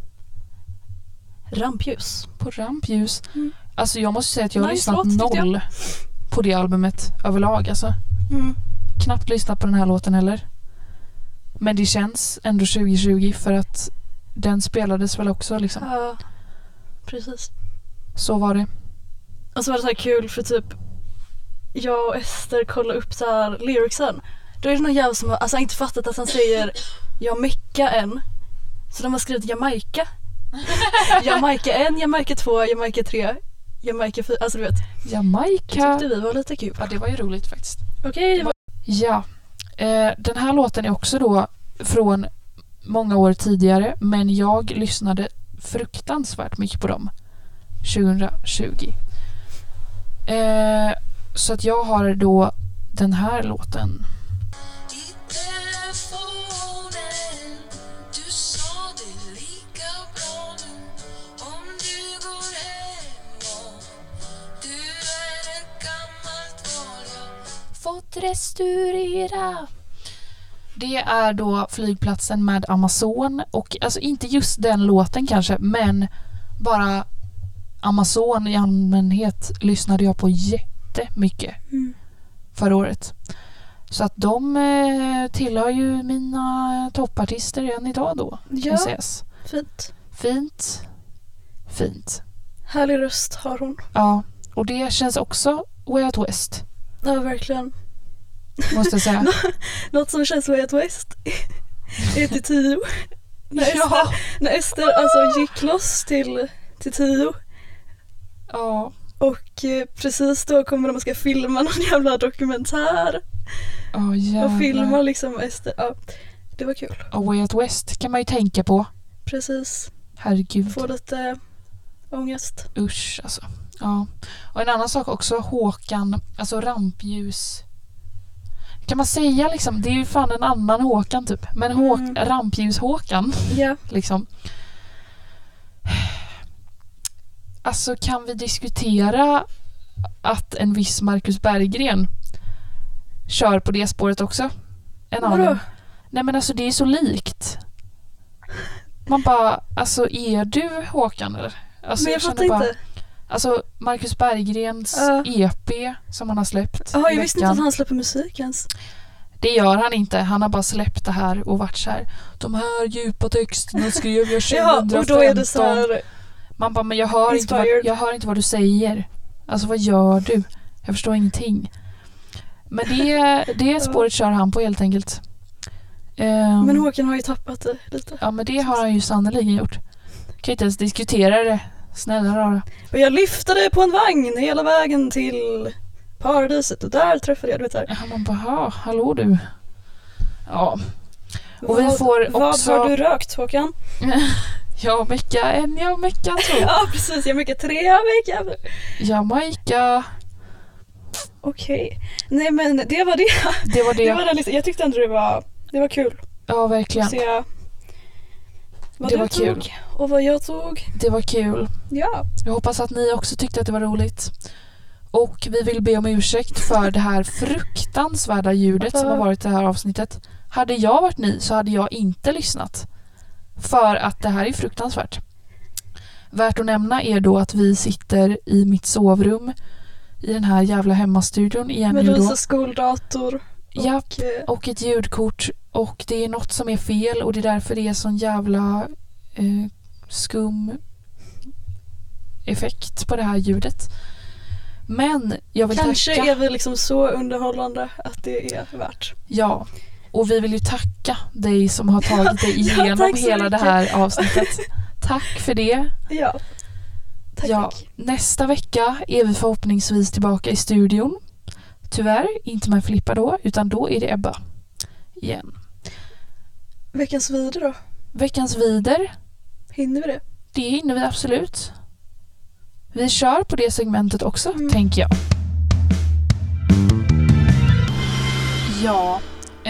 Rampljus. På Rampljus. Mm. Alltså jag måste säga att jag har Nice lyssnat låt, tyckte jag. 0 på det albumet överlag. Alltså. Mm. Knappt lyssnat på den här låten heller. Men det känns ändå 2020 för att den spelades väl också liksom. Ja, precis. Så var det. Och så var det så här kul för typ jag och Ester kollade upp så här lyricsen. Då är det någon jävel som har alltså inte fattat att han säger Jamaica än. Så de har skrivit Jamaica. Jamaica 1, Jamaica 2, Jamaica 3, Jamaica 4. Alltså du vet. Det Jamaica. tyckte vi var lite kul. Ja, det var ju roligt faktiskt. Okej, det var... Ja. Den här låten är också då från många år tidigare, men jag lyssnade fruktansvärt mycket på dem 2020. Så att jag har då den här låten. I telefonen, du sa det lika bra nu. Om du går hem och du är ett gammalt val, jag Fått restaurera. Det är då Flygplatsen med Amazon. Och alltså inte just den låten kanske, men bara Amazon i allmänhet lyssnade jag på jättemycket förra året. Så att de tillhör ju mina toppartister än idag då. Ja, kan sägas. fint. Fint. Härlig röst har hon. Ja, och det känns också Way Out West, Ja, verkligen. måste jag säga. Något som känns Way Out West är till 10. Ja. När Ester alltså gick loss till 10. Ja. Och precis då kommer de och ska filma någon jävla dokumentär. Oh, jävlar. Och filma liksom Ester. Ja, det var kul. Och Way Out West kan man ju tänka på. Precis. Herregud. Få lite ångest. Usch alltså. Ja. Och en annan sak också, Håkan, alltså Rampljus. Kan man säga liksom, det är ju fan en annan Håkan typ. Men Rampljus Håkan Ja. liksom. Alltså kan vi diskutera att en viss Marcus Berggren kör på det spåret också? En Vadå? aning. Nej men alltså det är så likt. Man bara, alltså är du Håkan eller? Alltså, Men jag känner fattar bara, inte. alltså Marcus Berggrens EP som han har släppt Jaha, i jag visste inte veckan. att han släpper musik ens. Det gör han inte. Han har bara släppt det här och varit så här. De här djupa texterna skrev jag 2015. Ja, och då är det så här. Man bara, men jag hör inte vad du säger. Alltså vad gör du? Jag förstår ingenting. Men det spåret kör han på helt enkelt. Men Håkan har ju tappat det lite. Ja, men det har han ju sannolikt gjort. Kan inte ens diskutera det. Snälla rara. Och jag lyfte det på en vagn hela vägen till paradiset och där träffade jag, du vet här. Ja, man bara, hallå du. Ja. Och vi får också... Vad har du rökt, Håkan? Jag mecka en, jag mecka två. Ja, precis. Jag mycket 3 veckor. Jamaica. Okej. Nej, men det var det. Det var det. Det var det liksom. Jag tyckte ändå det var kul Ja, att verkligen. se vad Det du var tog kul. och vad jag tog. Det var kul. Ja. Jag hoppas att ni också tyckte att det var roligt. Och vi vill be om ursäkt för det här fruktansvärda ljudet som har varit i det här avsnittet. Hade jag varit ni så hade jag inte lyssnat. För att det här är fruktansvärt. Värt att nämna är då att vi sitter i mitt sovrum i den här jävla hemmastudion igen Med nu då. Lisa skoldator. Ja, och ett ljudkort. Och det är något som är fel och det är därför det är sån jävla skum effekt på det här ljudet. Men jag vill kanske tacka. är vi liksom så underhållande att det är värt. Ja, och vi vill ju tacka dig som har tagit dig igenom tack så hela det mycket. här avsnittet. Tack för det. Ja. Tack. Nästa vecka är vi förhoppningsvis tillbaka i studion. Tyvärr inte med Filippa då, utan då är det Ebba igen. Veckans vider då? Veckans vider, Hinner vi det? det hinner vi absolut. Vi kör på det segmentet också, tänker jag. Ja,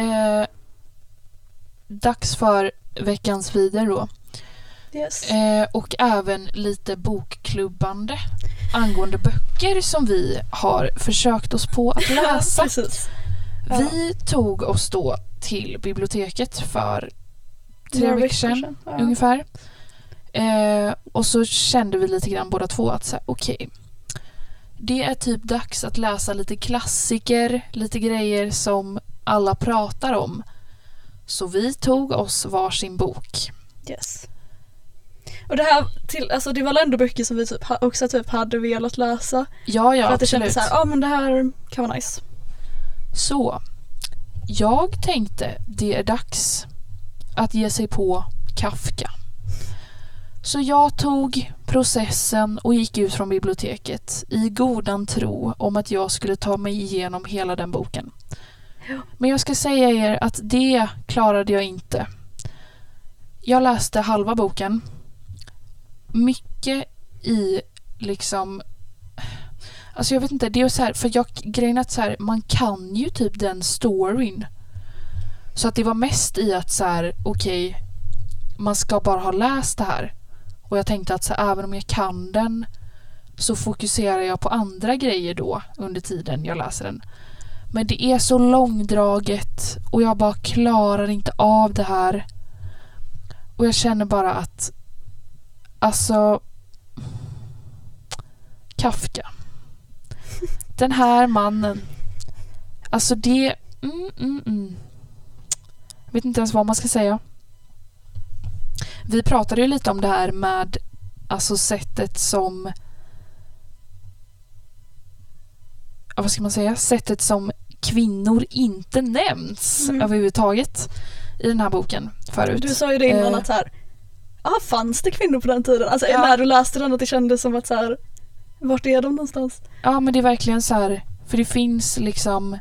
dags för veckans vider då. Yes. Och även lite bokklubbande angående böcker som vi har försökt oss på att läsa. Precis. Vi tog oss då till biblioteket för 3 Några veckor sedan Ja. ungefär. Och så kände vi lite grann båda två att okej, det är typ dags att läsa lite klassiker, lite grejer som alla pratar om. Så vi tog oss varsin bok. Yes. Och det här alltså det var ändå böcker som vi också hade velat läsa. Ja, för att det absolut. kändes såhär, men det här kan vara nice. Så, jag tänkte det är dags att ge sig på Kafka. Så jag tog processen och gick ut från biblioteket i godan tro om att jag skulle ta mig igenom hela den boken. Men jag ska säga er att det klarade jag inte. Jag läste halva boken. Mycket i liksom... Alltså jag vet inte, det är så här, för grejen är att så här, man kan ju typ den storyn. Så att det var mest i att så här, okej, man ska bara ha läst det här. Och jag tänkte att så här, även om jag kan den så fokuserar jag på andra grejer då under tiden jag läser den. Men det är så långdraget och jag bara klarar inte av det här. Och jag känner bara att alltså Kafka. Den här mannen. Alltså det jag vet inte ens vad man ska säga. Vi pratade ju lite om det här med alltså sättet som vad ska man säga? Sättet som kvinnor inte nämns överhuvudtaget i den här boken förut. Du sa ju det innan att så här, fanns det kvinnor på den tiden? Alltså när du läste den att det kändes som att så här, vart är de någonstans? Ja, men det är verkligen så här, för det finns liksom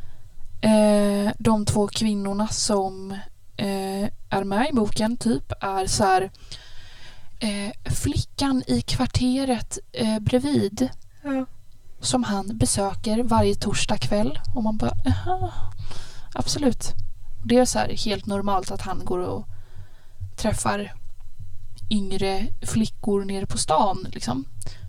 de 2 kvinnorna som är med i boken typ är så här flickan i kvarteret bredvid som han besöker varje torsdag kväll och man bara absolut. Det är så här helt normalt att han går och träffar yngre flickor nere på stan liksom.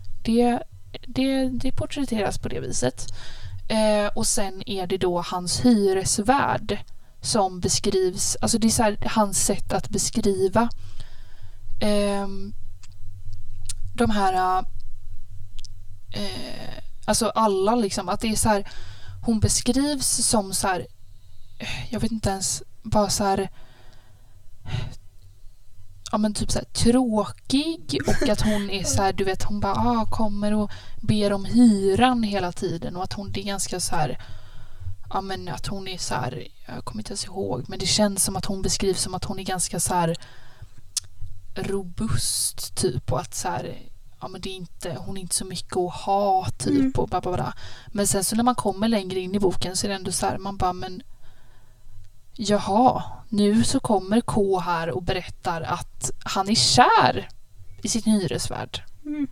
Det porträtteras på det viset. Och sen är det då hans hyresvärd som beskrivs, alltså det är så här, hans sätt att beskriva de här alltså alla liksom, att det är så här, hon beskrivs som så här, jag vet inte ens, bara så här ja men typ så här tråkig och att hon är så här, du vet, hon bara kommer och ber om hyran hela tiden och att hon, det är ganska så här, ja men att hon är så här, jag kommer inte ens ihåg, men det känns som att hon beskrivs som att hon är ganska så här robust typ och att så här, ja men det är inte, hon är inte så mycket att ha typ och bara. Men sen så när man kommer längre in i boken så är det ändå så här, man bara men jaha, nu så kommer K här och berättar att han är kär i sin hyresvärd.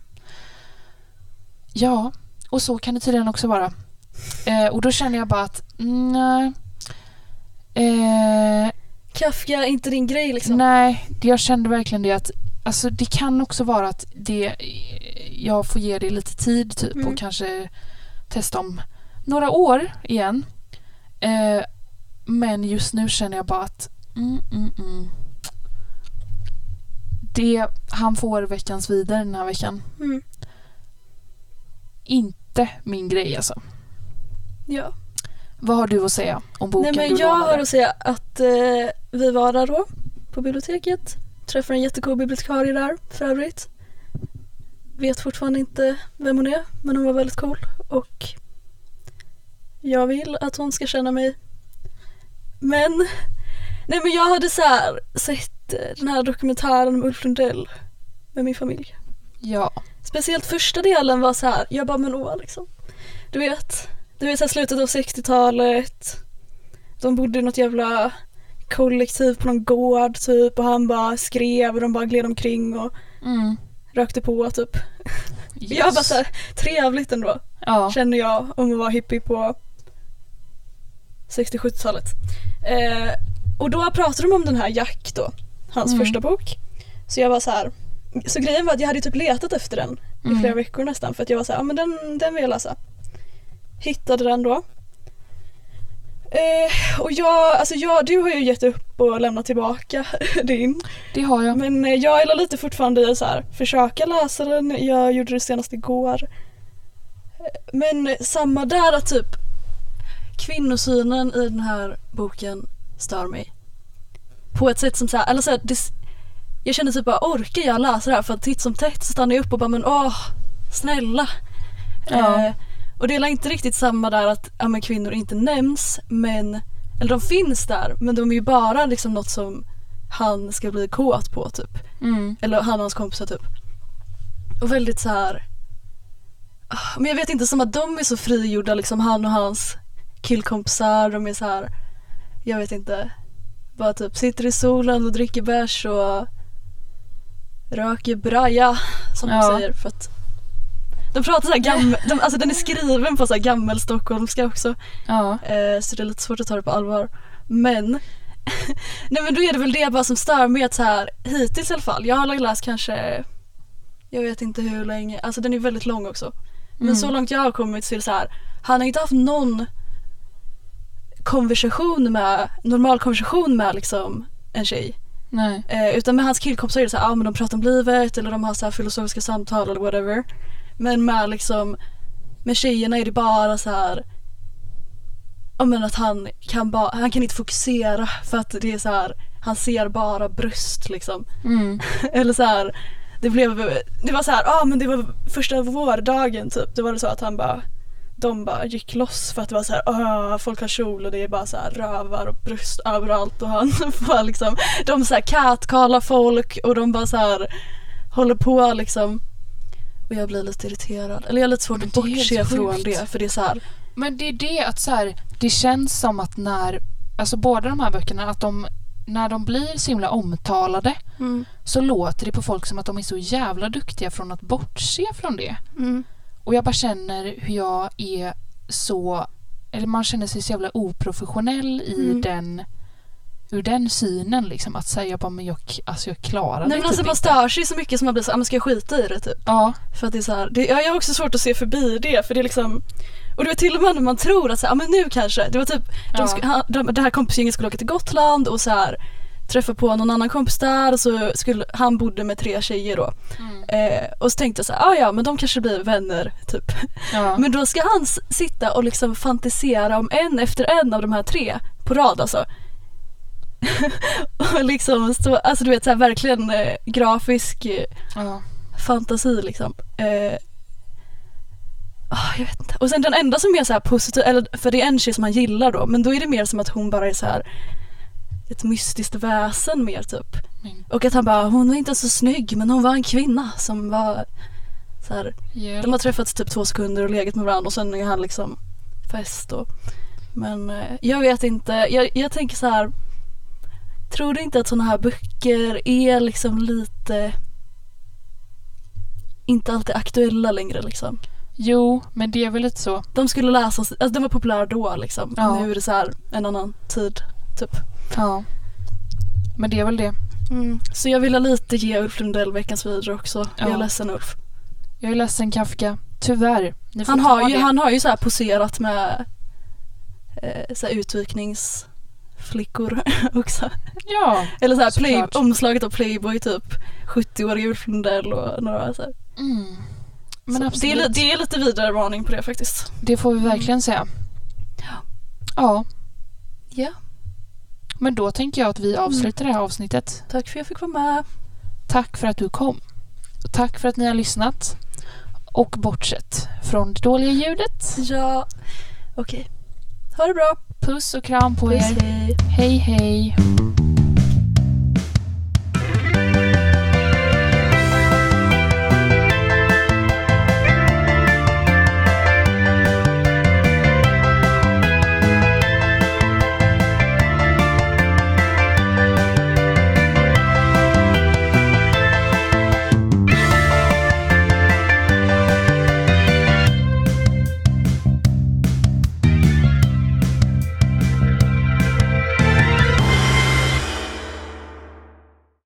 Ja, och så kan det tydligen också vara. Och då känner jag bara att Kafka är inte din grej liksom. Nej, jag kände verkligen det att alltså det kan också vara att jag får ge det lite tid typ och kanske testa om några år igen. Men just nu känner jag bara att han får veckans vidare den här veckan. Inte min grej alltså. Ja. Vad har du att säga om boken? Nej, men jag har att säga att vi var där då på biblioteket. Träffade en jättecool bibliotekarie där för övrigt. Vet fortfarande inte vem hon är, men hon var väldigt cool och jag vill att hon ska känna mig. Men jag hade så här sett den här dokumentären om Ulf Lundell med min familj. Ja. speciellt första delen var så här. Jag bara, men liksom. Du vet så här, slutet av 60-talet. De bodde i något jävla kollektiv på någon gård typ, och han bara skrev och de bara gled omkring och rökte på typ. Yes. Jag bara så här, trevligt ändå. Ja. Känner jag om att vara hippie på 60-70-talet. Och då pratade de om den här Jack då, hans första bok. Så jag var så här, så grejen var att jag hade typ letat efter den i flera veckor nästan, för att jag var så här, ja men den vill jag läsa. Hittade den då. Och du har ju gett upp och lämnat tillbaka din. Det har jag. Men jag är lite fortfarande i så här, försöka läsa den. Jag gjorde det senast igår. Men samma där, att typ kvinnosynen i den här boken stör mig. På ett sätt som så här, eller så här, jag kände typ bara, orkar jag läsa det här? För att titt som tätt så stannar jag upp och bara, men snälla. Ja. Och det är inte riktigt samma där att men kvinnor inte nämns, eller de finns där, men de är ju bara liksom något som han ska bli kåt på typ. Eller han och hans kompisar typ. Och väldigt så här. Men jag vet inte, som att de är så frigjorda liksom, han och hans killkompisar, de är så här, jag vet inte, bara typ sitter i solen och dricker bärs och röker braja som de säger, för att de pratar så här alltså den är skriven på så här gammel stockholmska också. Ja. Så det är lite svårt att ta det på allvar. Men nej, men då är det väl det bara som stör mig, att så här, hittills i alla fall. Jag har läst kanske, jag vet inte hur länge. Alltså den är väldigt lång också. Men så långt jag har kommit så är det så här, han har inte haft någon normal konversation med liksom en tjej. Nej. Utan med hans killkompisar är det så här, men de pratar om livet eller de har så här filosofiska samtal eller whatever. Men med tjejerna är det bara så här, men att han kan inte fokusera, för att det är så här, han ser bara bröst liksom. Eller så här, det var så här, men det var första vårdagen typ. Det var det så att de bara gick loss, för att det var så här, folk har kjol och det är bara så här rövar och bröst överallt, och han får liksom, de så här catcallar folk och de bara så här håller på liksom. Och jag blir lite irriterad. Eller jag är lite svårt att bortse från det, för det är så här. Men det är det att så här, det känns som att alltså båda de här böckerna, att när de blir så himla omtalade, så låter det på folk som att de är så jävla duktiga från att bortse från det. Och jag bara känner hur jag är så, eller man känner sig så jävla oprofessionell i ur den synen liksom, att säga bara, men jag klarar det. Nej, men alltså man stör sig så mycket som man blir så, ska jag skita i det typ. Ja. För att det är så här, jag har också svårt att se förbi det, för det är liksom, och det var till och med när man tror att så här, men nu kanske, det var typ det här kompisgänget skulle åka till Gotland och så här träffa på någon annan kompis där, och så han bodde med 3 tjejer då. Och så tänkte jag så här, men de kanske blir vänner typ. Ja. Men då ska han sitta och liksom fantisera om en efter en av de här 3 på rad alltså. Och liksom stå, alltså du vet så här, verkligen grafisk fantasi liksom. Jag vet inte. Och sen den enda som är så här positiv, eller för det är en tjej som han gillar då, men då är det mer som att hon bara är så här ett mystiskt väsen mer typ. Och att han bara, hon var inte så snygg, men hon var en kvinna som var så här, de har träffats typ 2 sekunder och legat med varandra, och sen är han liksom fest och, men jag vet inte, jag tänker så här, tror du inte att såna här böcker är liksom lite inte alltid aktuella längre liksom? Jo, men det är väl lite så. De skulle läsas, alltså de var populära då liksom. Ja. Nu är det så här en annan tid typ. Ja. Men det är väl det. Så jag vill lite ge Ulf Lundell veckans vidare också. Ja. Jag är ledsen, Ulf. Jag är ledsen, Kafka. Tyvärr. Han har ju så här poserat med så här utvikningsflickor också. Ja. Eller så här omslaget av Playboy typ 70-årig Ulf Lundell och några så här. Men absolut. Det är lite vidare varning på det faktiskt. Det får vi verkligen säga. Ja. Ja. Men då tänker jag att vi avslutar det här avsnittet. Tack för att jag fick vara med. Tack för att du kom. Tack för att ni har lyssnat. Och bortsett från det dåliga ljudet. Ja, okej. Ha det bra. Puss och kram på er. Hej. Hej, hej.